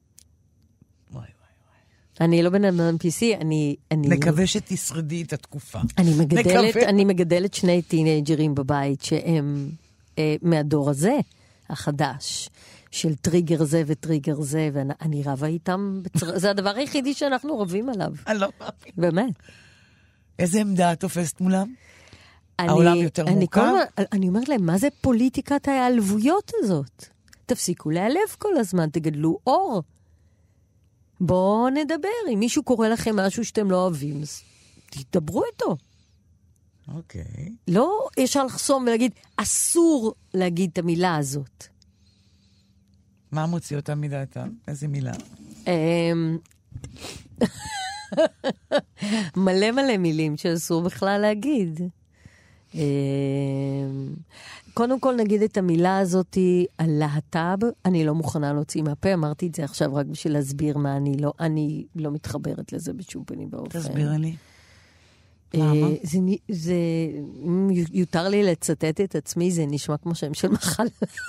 אני לא בן אדם פי סי, אני... נקווה שתשרדי את התקופה. אני מגדלת, אני מגדלת שני טינג'רים בבית שהם אה, מהדור הזה, החדש, של טריגר זה וטריגר זה, ואני רבה איתם, בצר... זה הדבר היחידי שאנחנו רבים עליו. אני לא מאמין. באמת. איזה עמדה את תופסת מולם? אני, העולם יותר אני מורכב? כל, אני אומרת להם, מה זה פוליטיקת ההיעלבויות הזאת? תפסיקו להיעלב כל הזמן, תגדלו אור. בואו נדבר. אם מישהו קורא לכם משהו שאתם לא אוהבים, אז תדברו איתו. אוקיי. לא ישר לחסום ולהגיד, אסור להגיד את המילה הזאת. מה מוציא אותה מדעתם? איזה מילה? מלא מלא מילים שאסור בכלל להגיד. קודם כל נגיד את המילה הזאת על להט"ב, אני לא מוכנה להוציא מהפה, אמרתי את זה עכשיו רק בשביל להסביר מה אני לא, אני לא מתחברת לזה בשום פנים באופן. תסבירי לי. למה? זה, זה, יותר לי לצטט את עצמי, זה נשמע כמו שם של מחלה.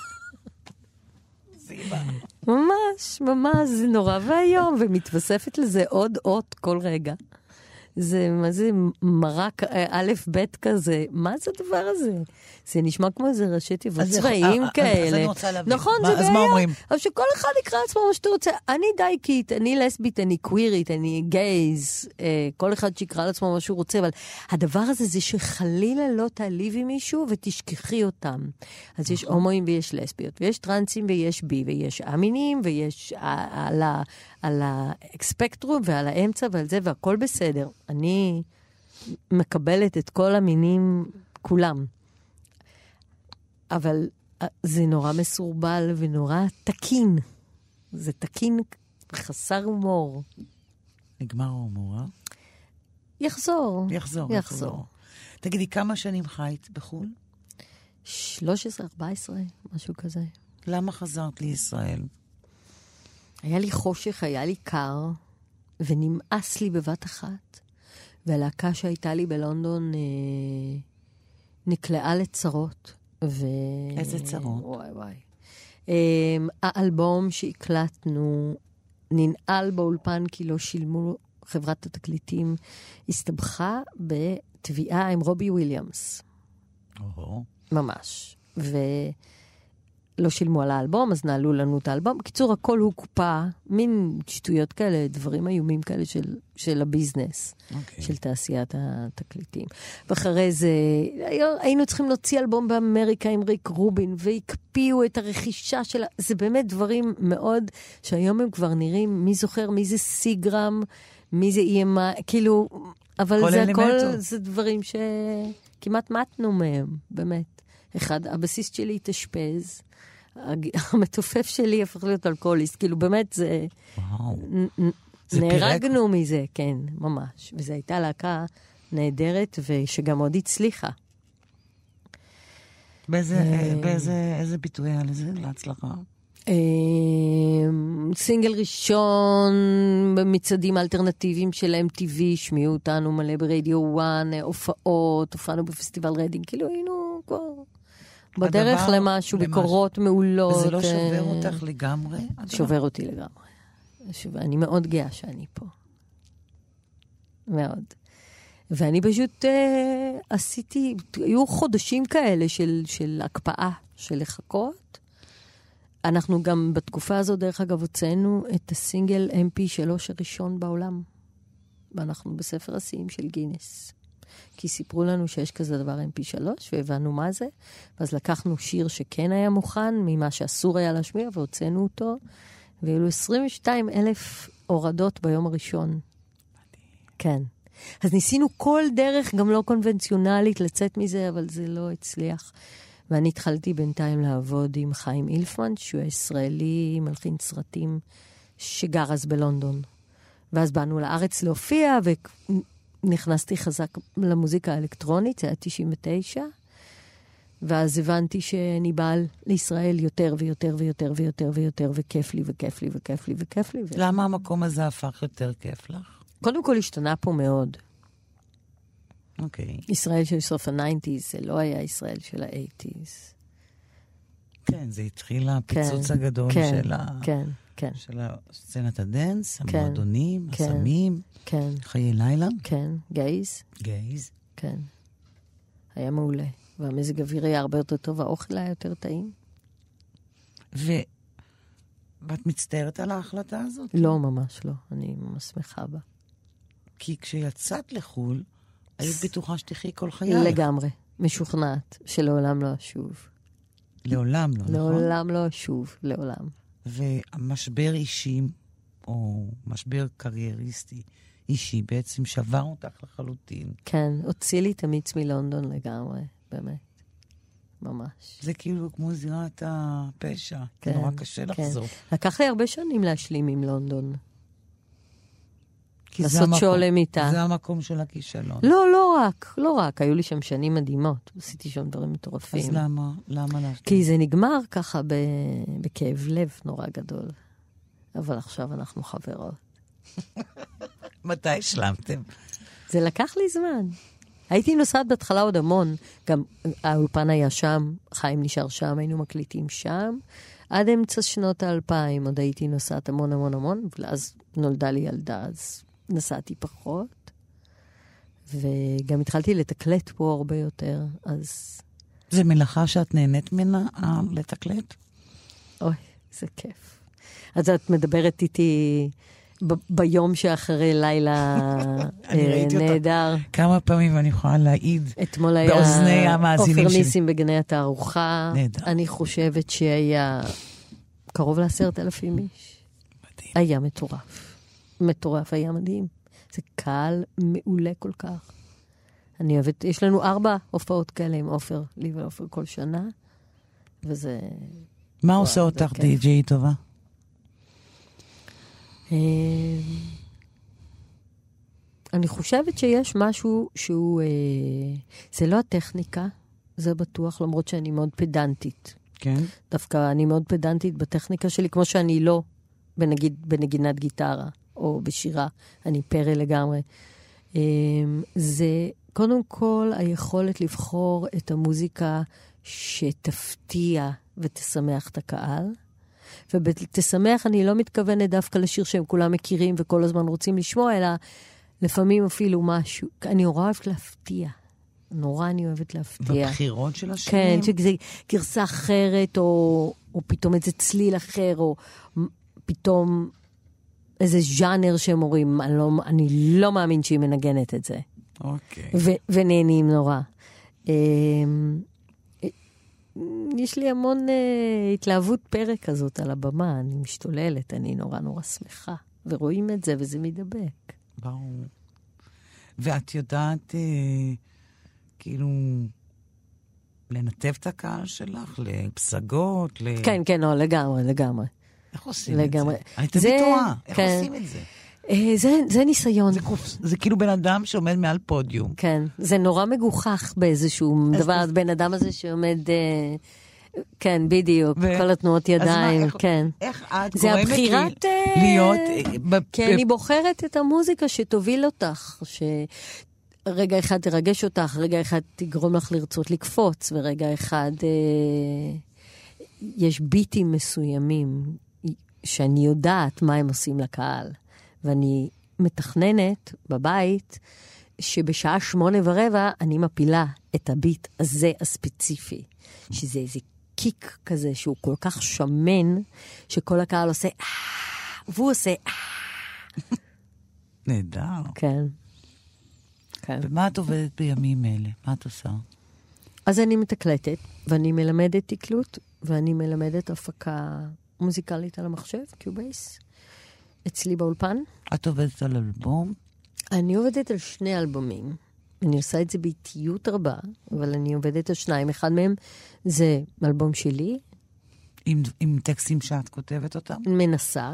ממש, ממש, זה נורא והיום, ומתווספת לזה עוד אות כל רגע. זה, מה זה, מרק א' ב' כזה, מה זה הדבר הזה? זה נשמע כמו איזה ראשי תיבות צבאיים כאלה. אז אני רוצה להבין. נכון, זה בעיה. אז מה אומרים? אבל שכל אחד יקרא עצמו מה שאתה רוצה. אני דייקית, אני לסבית, אני קווירית, אני גייז, אה, כל אחד שיקרא לעצמו מה שהוא רוצה, אבל הדבר הזה זה שחלילה לא תעליבי מישהו ותשכחי אותם. אז יש הומואים ויש לסביות, ויש טרנסים ויש בי, ויש אמינים, ויש על ה... על האקספקטרום ועל האמצע ועל זה, והכל בסדר. אני מקבלת את כל המינים כולם. אבל זה נורא מסורבל ונורא תקין. זה תקין חסר הומור. נגמר ההומור, אה? יחזור. יחזור, יחזור. תגידי, כמה שנים חיית בחו"ל? שלוש עשרה, ארבע עשרה, משהו כזה. למה חזרת לישראל? היה לי חושך, היה לי קר, ונמאס לי בבת אחת. והלהקה שהייתה לי בלונדון אה, נקלעה לצרות. ו... איזה צרות? וואי וואי. אה, האלבום שהקלטנו ננעל באולפן כי לא שילמו, חברת התקליטים הסתבכה בתביעה עם רובי וויליאמס. או. ממש. ולא שילמו על האלבום, אז נעלו לנו את האלבום. בקיצור, הכל הוא קופה, מין שטויות כאלה, דברים איומים כאלה של, של הביזנס, okay. של תעשיית התקליטים. ואחרי זה, היינו צריכים להוציא אלבום באמריקה עם ריק רובין, והקפיאו את הרכישה שלה. זה באמת דברים מאוד, שהיום הם כבר נראים, מי זוכר, מי זה סיגרם, מי זה אי אם איי, כאילו, אבל זה הכל, זה דברים שכמעט מתנו מהם, באמת. אחד, הבסיס שלי התאשפז, המתופף שלי הפך להיות אלכוהוליסט, כאילו באמת זה... וואו. נהרגנו מזה, כן, ממש. וזו הייתה להקה נהדרת, ושגם עוד הצליחה. באיזה, איזה ביטוי היה לזה, להצלחה? סינגל ראשון במצעדים האלטרנטיביים של אם טי וי, שמיעו אותנו מלא ברדיו וואן, הופעות, הופענו בפסטיבל רדינג, כאילו היינו כבר בדרך למשהו, בקורות מעולות. וזה לא שובר אותך לגמרי? שובר אותי לגמרי. אני מאוד גאה שאני פה. מאוד. ואני פשוט עשיתי, היו חודשים כאלה של הקפאה, של לחכות. אנחנו גם בתקופה הזו, דרך אגב, הוצאנו את הסינגל אם פי שלוש הראשון בעולם. ואנחנו בספר השיאים של גינס. כי סיפרו לנו שיש כזה דבר אם פי שלוש, והבנו מה זה. ואז לקחנו שיר שכן היה מוכן, ממה שאסור היה להשמיע, והוצאנו אותו. והיו עשרים ושתיים אלף הורדות ביום הראשון. כן. אז ניסינו כל דרך, גם לא קונבנציונלית, לצאת מזה, אבל זה לא הצליח. ואני התחלתי בינתיים לעבוד עם חיים אילפמן, שהוא ישראלי, מלחין סרטים, שגר אז בלונדון. ואז באנו לארץ להופיע, ונכנסתי חזק למוזיקה האלקטרונית, זה היה תשעים ותשע, ואז הבנתי שאני באה לישראל יותר ויותר ויותר ויותר ויותר, וכיף לי וכיף לי וכיף לי וכיף לי. למה המקום הזה הפך יותר כיף לך? קודם כל השתנה פה מאוד. אוקיי. ישראל של סוף ה-תשעים, זה לא היה ישראל של ה-שמונים. כן, זה התחיל הפיצוץ הגדול של ה... כן, כן. של סצנת הדנס, המועדונים, הסמים, כן. חיי לילה. כן, גייז. גייז. כן. היה מעולה. והמזג אוויר היה הרבה יותר טוב, האוכל היה יותר טעים. ו... ואת מצטערת על ההחלטה הזאת? לא, ממש לא. אני ממש שמחה בה. כי כשיצאת לחול, היית בטוחה שתחי כל חייך. לגמרי. משוכנעת שלעולם לא אשוב. לעולם לא, נכון? לעולם לא אשוב, לעולם. והמשבר אישי, או משבר קרייריסטי אישי, בעצם שבר אותך לחלוטין. כן, הוציא לי את המיץ מלונדון לגמרי, באמת. ממש. זה כאילו כמו זירת הפשע. כן, זה נורא קשה לחזור. לקח לי הרבה שנים להשלים עם לונדון. לעשות שולם איתה. זה המקום של הכישלון. לא, לא רק, לא רק. היו לי שם שנים מדהימות. עשיתי שם דברים מטורפים. אז למה? למה להשלים? כי זה נגמר ככה בכאב לב נורא גדול. אבל עכשיו אנחנו חברות. מתי השלמתם? זה לקח לי זמן. הייתי נוסעת בהתחלה עוד המון. גם האולפן היה שם, חיים נשאר שם, היינו מקליטים שם. עד אמצע שנות האלפיים עוד הייתי נוסעת המון המון המון, ואז נולדה לי ילדה, אז נסעתי פחות. וגם התחלתי לתקלט פה הרבה יותר, אז... זה מלאכה שאת נהנית ממנה, לתקלט? אוי, זה כיף. אז את מדברת איתי... ב- ביום שאחרי לילה נהדר. כמה פעמים אני יכולה להעיד אתמול היה באוזני המאזינים אופר שלי. ניסים בגני התערוכה. נהדר. אני חושבת שהיה קרוב לעשרת אלפים איש. מדהים. היה מטורף. מטורף, היה מדהים. זה קהל מעולה כל כך. אני אוהבת, יש לנו ארבע הופעות כאלה עם עופר, לי ועופר כל שנה, וזה... מה עושה אותך די-ג'יי טובה? אני חושבת שיש משהו שהוא... זה לא הטכניקה, זה בטוח, למרות שאני מאוד פדנטית. כן. דווקא אני מאוד פדנטית בטכניקה שלי, כמו שאני לא בנגיד, בנגינת גיטרה או בשירה, אני פרא לגמרי. זה קודם כל היכולת לבחור את המוזיקה שתפתיע ותשמח את הקהל. ובתשמח אני לא מתכוונת דווקא לשיר שהם כולם מכירים וכל הזמן רוצים לשמוע, אלא לפעמים אפילו משהו. אני נורא אוהבת להפתיע. נורא אני אוהבת להפתיע. בבחירות של השירים? כן, שזה גרסה אחרת, או, או פתאום איזה צליל אחר, או פתאום איזה ז'אנר שהם אומרים, אני לא, אני לא מאמין שהיא מנגנת את זה. אוקיי. ו- ונהנים נורא. יש לי המון uh, התלהבות פרק כזאת על הבמה, אני משתוללת, אני נורא נורא שמחה, ורואים את זה וזה מדבק. ברור. ואת יודעת, אה, כאילו, לנתב את הקהל שלך, לפסגות, ל... כן, כן, לא, לגמרי, לגמרי. איך עושים לגמרי. את זה? אני תמיד טועה, איך כן. עושים את זה? אה, זה, זה ניסיון. זה, זה כאילו בן אדם שעומד מעל פודיום. כן, זה נורא מגוחך באיזשהו דבר, זה... בן אדם הזה שעומד... אה, כן, בדיוק, ו... כל התנועות ידיים, מה, איך, כן. איך את זה גורמת הבחירת, לי להיות... ב... כי אני בוחרת את המוזיקה שתוביל אותך, שרגע אחד תרגש אותך, רגע אחד תגרום לך לרצות לקפוץ, ורגע אחד אה, יש ביטים מסוימים שאני יודעת מה הם עושים לקהל, ואני מתכננת בבית שבשעה שמונה ורבע אני מפילה את הביט הזה הספציפי, שזה איזה קיק כזה שהוא כל כך שמן, שכל הקהל עושה אה, והוא עושה אה. נהדר. כן. כן. ומה את עובדת בימים אלה? מה את עושה? אז אני מתקלטת, ואני מלמדת תקלוט, ואני מלמדת הפקה מוזיקלית על המחשב, קיובייס, אצלי באולפן. את עובדת על אלבום? אני עובדת על שני אלבומים. אני עושה את זה באיטיות רבה, אבל אני עובדת על שניים. אחד מהם זה אלבום שלי. עם, עם טקסטים שאת כותבת אותם? מנסה.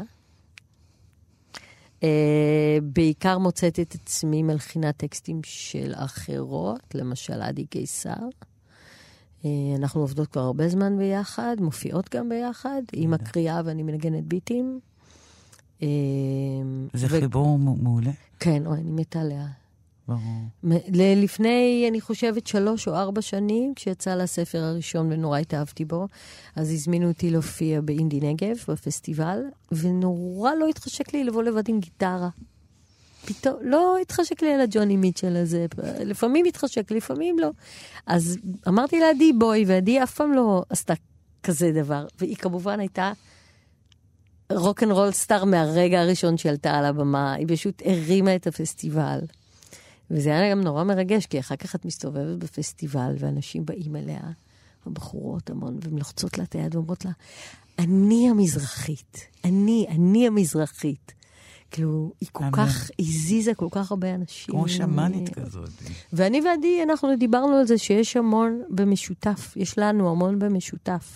Uh, בעיקר מוצאת את עצמי מלחינת טקסטים של אחרות, למשל עדי קיסר. Uh, אנחנו עובדות כבר הרבה זמן ביחד, מופיעות גם ביחד, עם הקריאה ואני מנגנת ביטים. Uh, זה ו... חיבור מעולה? כן, או, אני מתה עליה. ברור. לפני, אני חושבת, שלוש או ארבע שנים, כשיצא לספר הראשון ונורא התאהבתי בו, אז הזמינו אותי להופיע באינדי נגב, בפסטיבל, ונורא לא התחשק לי לבוא לבד עם גיטרה. פתאום, לא התחשק לי על הג'וני מיטשל הזה. לפעמים התחשק, לפעמים לא. אז אמרתי לה, עדי בוי, ועדי אף פעם לא עשתה כזה דבר. והיא כמובן הייתה רוק אנד רול סטאר מהרגע הראשון שעלתה על הבמה. היא פשוט הרימה את הפסטיבל. וזה היה גם נורא מרגש, כי אחר כך את מסתובבת בפסטיבל, ואנשים באים אליה, הבחורות המון, והן לוחצות לה את היד ואומרות לה, אני המזרחית, אני, אני המזרחית. כאילו, היא כל כך, היא זיזה כל כך הרבה אנשים. כמו שמנית כזאת. ואני ועדי, אנחנו דיברנו על זה שיש המון במשותף, יש לנו המון במשותף.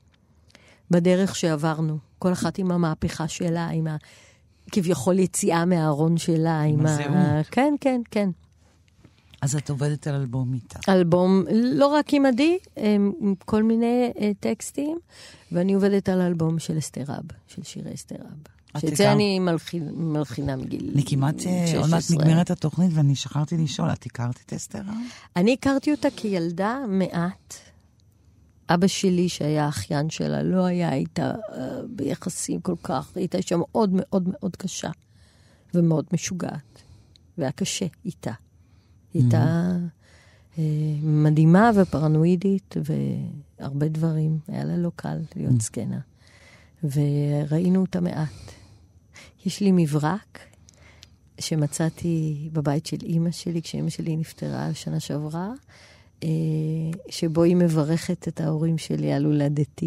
בדרך שעברנו, כל אחת עם המהפכה שלה, עם ה... כביכול יציאה מהארון שלה. עם הזהות. ה... כן, כן, כן. אז את עובדת על אלבום איתה. אלבום, לא רק עם עדי, עם כל מיני טקסטים, ואני עובדת על אלבום של אסתר רב, של שירי אסתר רב. שאת זה אני מלחינה מגיל אני כמעט עוד מעט נגמרת התוכנית, ואני שכרתי לשאול, את הכרת את אסתר רב? אני הכרתי אותה כילדה מעט. אבא שלי, שהיה אחיין שלה, לא היה איתה uh, ביחסים כל כך. היא הייתה שם מאוד מאוד מאוד קשה, ומאוד משוגעת. והיה קשה איתה. היא הייתה uh, מדהימה ופרנואידית, והרבה דברים. היה לה לא קל להיות זקנה. וראינו אותה מעט. יש לי מברק שמצאתי בבית של אמא שלי, כשאמא שלי נפטרה שנה שעברה, שבו היא מברכת את ההורים שלי על הולדתי.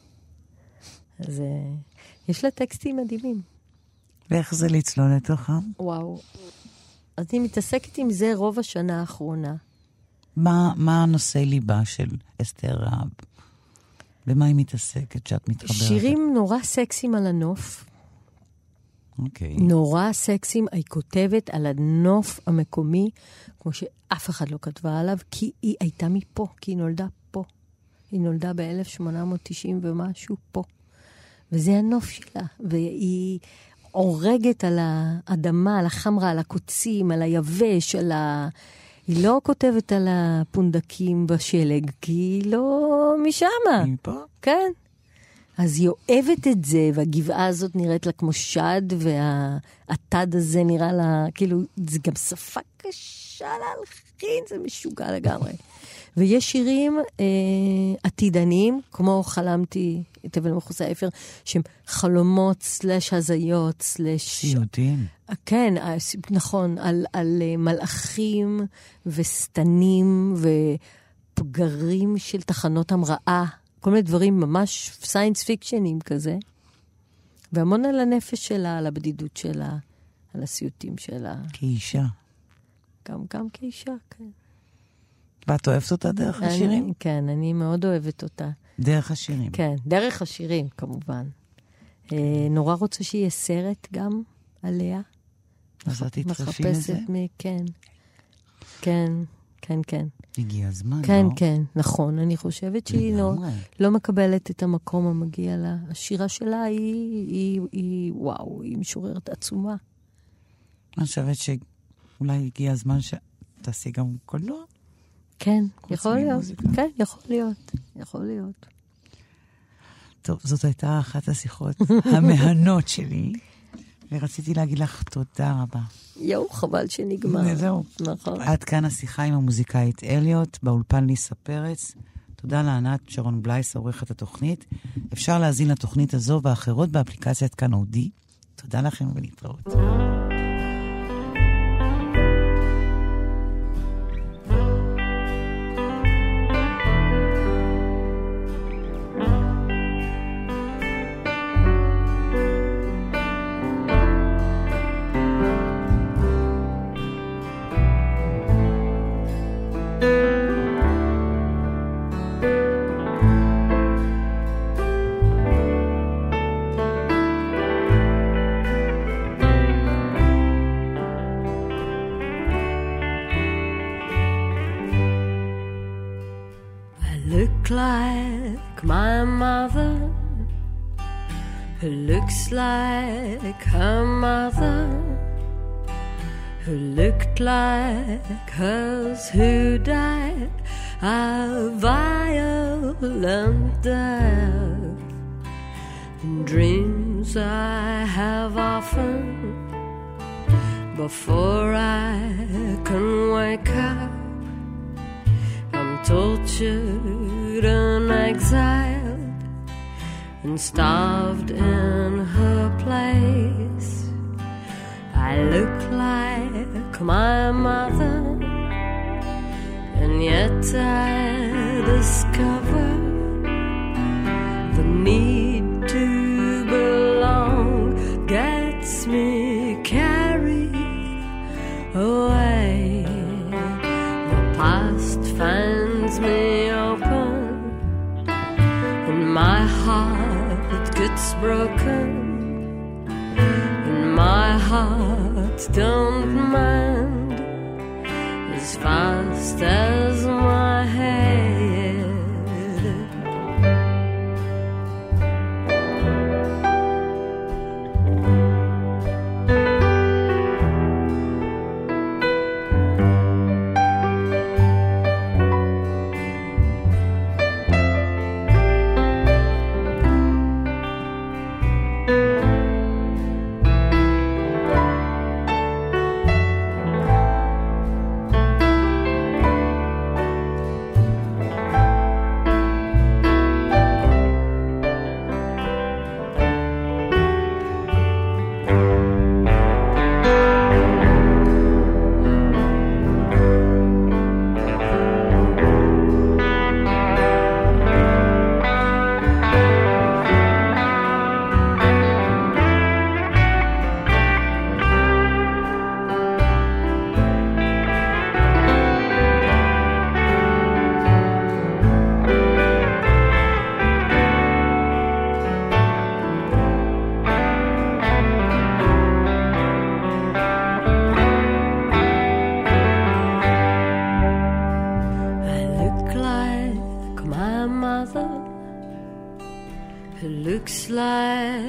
אז יש לה טקסטים מדהימים. ואיך זה לצלול לתוכם? וואו. אז אני מתעסקת עם זה רוב השנה האחרונה. מה, מה הנושא ליבה של אסתר רהב? במה היא מתעסקת שאת מתחברת? שירים נורא סקסיים על הנוף. אוקיי. נורא סקסיים, היא כותבת על הנוף המקומי, כמו שאף אחד לא כתבה עליו, כי היא הייתה מפה, כי היא נולדה פה. היא נולדה ב-אלף שמונה מאות תשעים ומשהו פה. וזה הנוף שלה, והיא עורגת על האדמה, על החמרה, על הקוצים, על היבש, על ה... היא לא כותבת על הפונדקים בשלג, כי היא לא משמה. היא פה? כן. אז היא אוהבת את זה, והגבעה הזאת נראית לה כמו שד, והעתד הזה נראה לה, כאילו, זה גם שפה קשה להלחין, זה משוגע לגמרי. ויש שירים אה, עתידניים, כמו חלמתי את אבל מחוץ האפר, שהם חלומות סלש הזיות, סלש... סיוטים. כן, נכון, על, על מלאכים וסתנים ופגרים של תחנות המראה, כל מיני דברים ממש סיינס פיקשנים כזה, והמון על הנפש שלה, על הבדידות שלה, על הסיוטים שלה. כאישה. גם, גם כאישה, כן. ואת אוהבת אותה דרך השירים? אני, כן, אני מאוד אוהבת אותה. דרך השירים. כן, דרך השירים, כמובן. אה, נורא רוצה שיהיה סרט גם עליה. אז את תתחפי לזה? מ... כן, כן, כן, כן. הגיע הזמן, כן, לא? כן, נכון. אני חושבת שהיא לא, לא מקבלת את המקום המגיע לה. השירה שלה היא, היא, היא, וואו, היא משוררת עצומה. אני חושבת שאולי הגיע הזמן שתעשי גם קולנוע? כן, יכול להיות. כן, יכול להיות. יכול להיות. טוב, זאת הייתה אחת השיחות המהנות שלי, ורציתי להגיד לך תודה רבה. יואו, חבל שנגמר. זהו. נכון. עד כאן השיחה עם המוזיקאית אליוט, באולפן ליסה פרץ. תודה לענת שרון בלייס, עורכת התוכנית. אפשר להזין לתוכנית הזו ואחרות באפליקציית כאן אודי. תודה לכם ולהתראות. Like my mother, who looks like her mother, who looked like hers, who died a violent death. And dreams I have often before I can wake up. I'm tortured and exiled and starved in her place. I look like my mother, and yet I discover the need to belong gets me carried away. The past finds me open, and my heart gets broken, and my heart don't mind as fast as my head.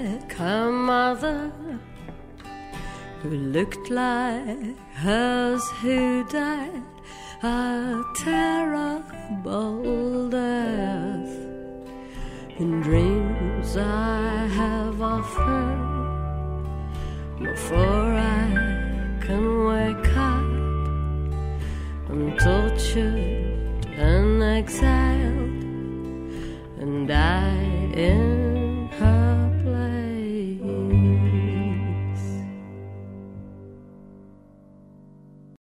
like her mother, who looked like hers who died a terrible death. In dreams I have often, before I can wake up, I'm tortured and exiled and die in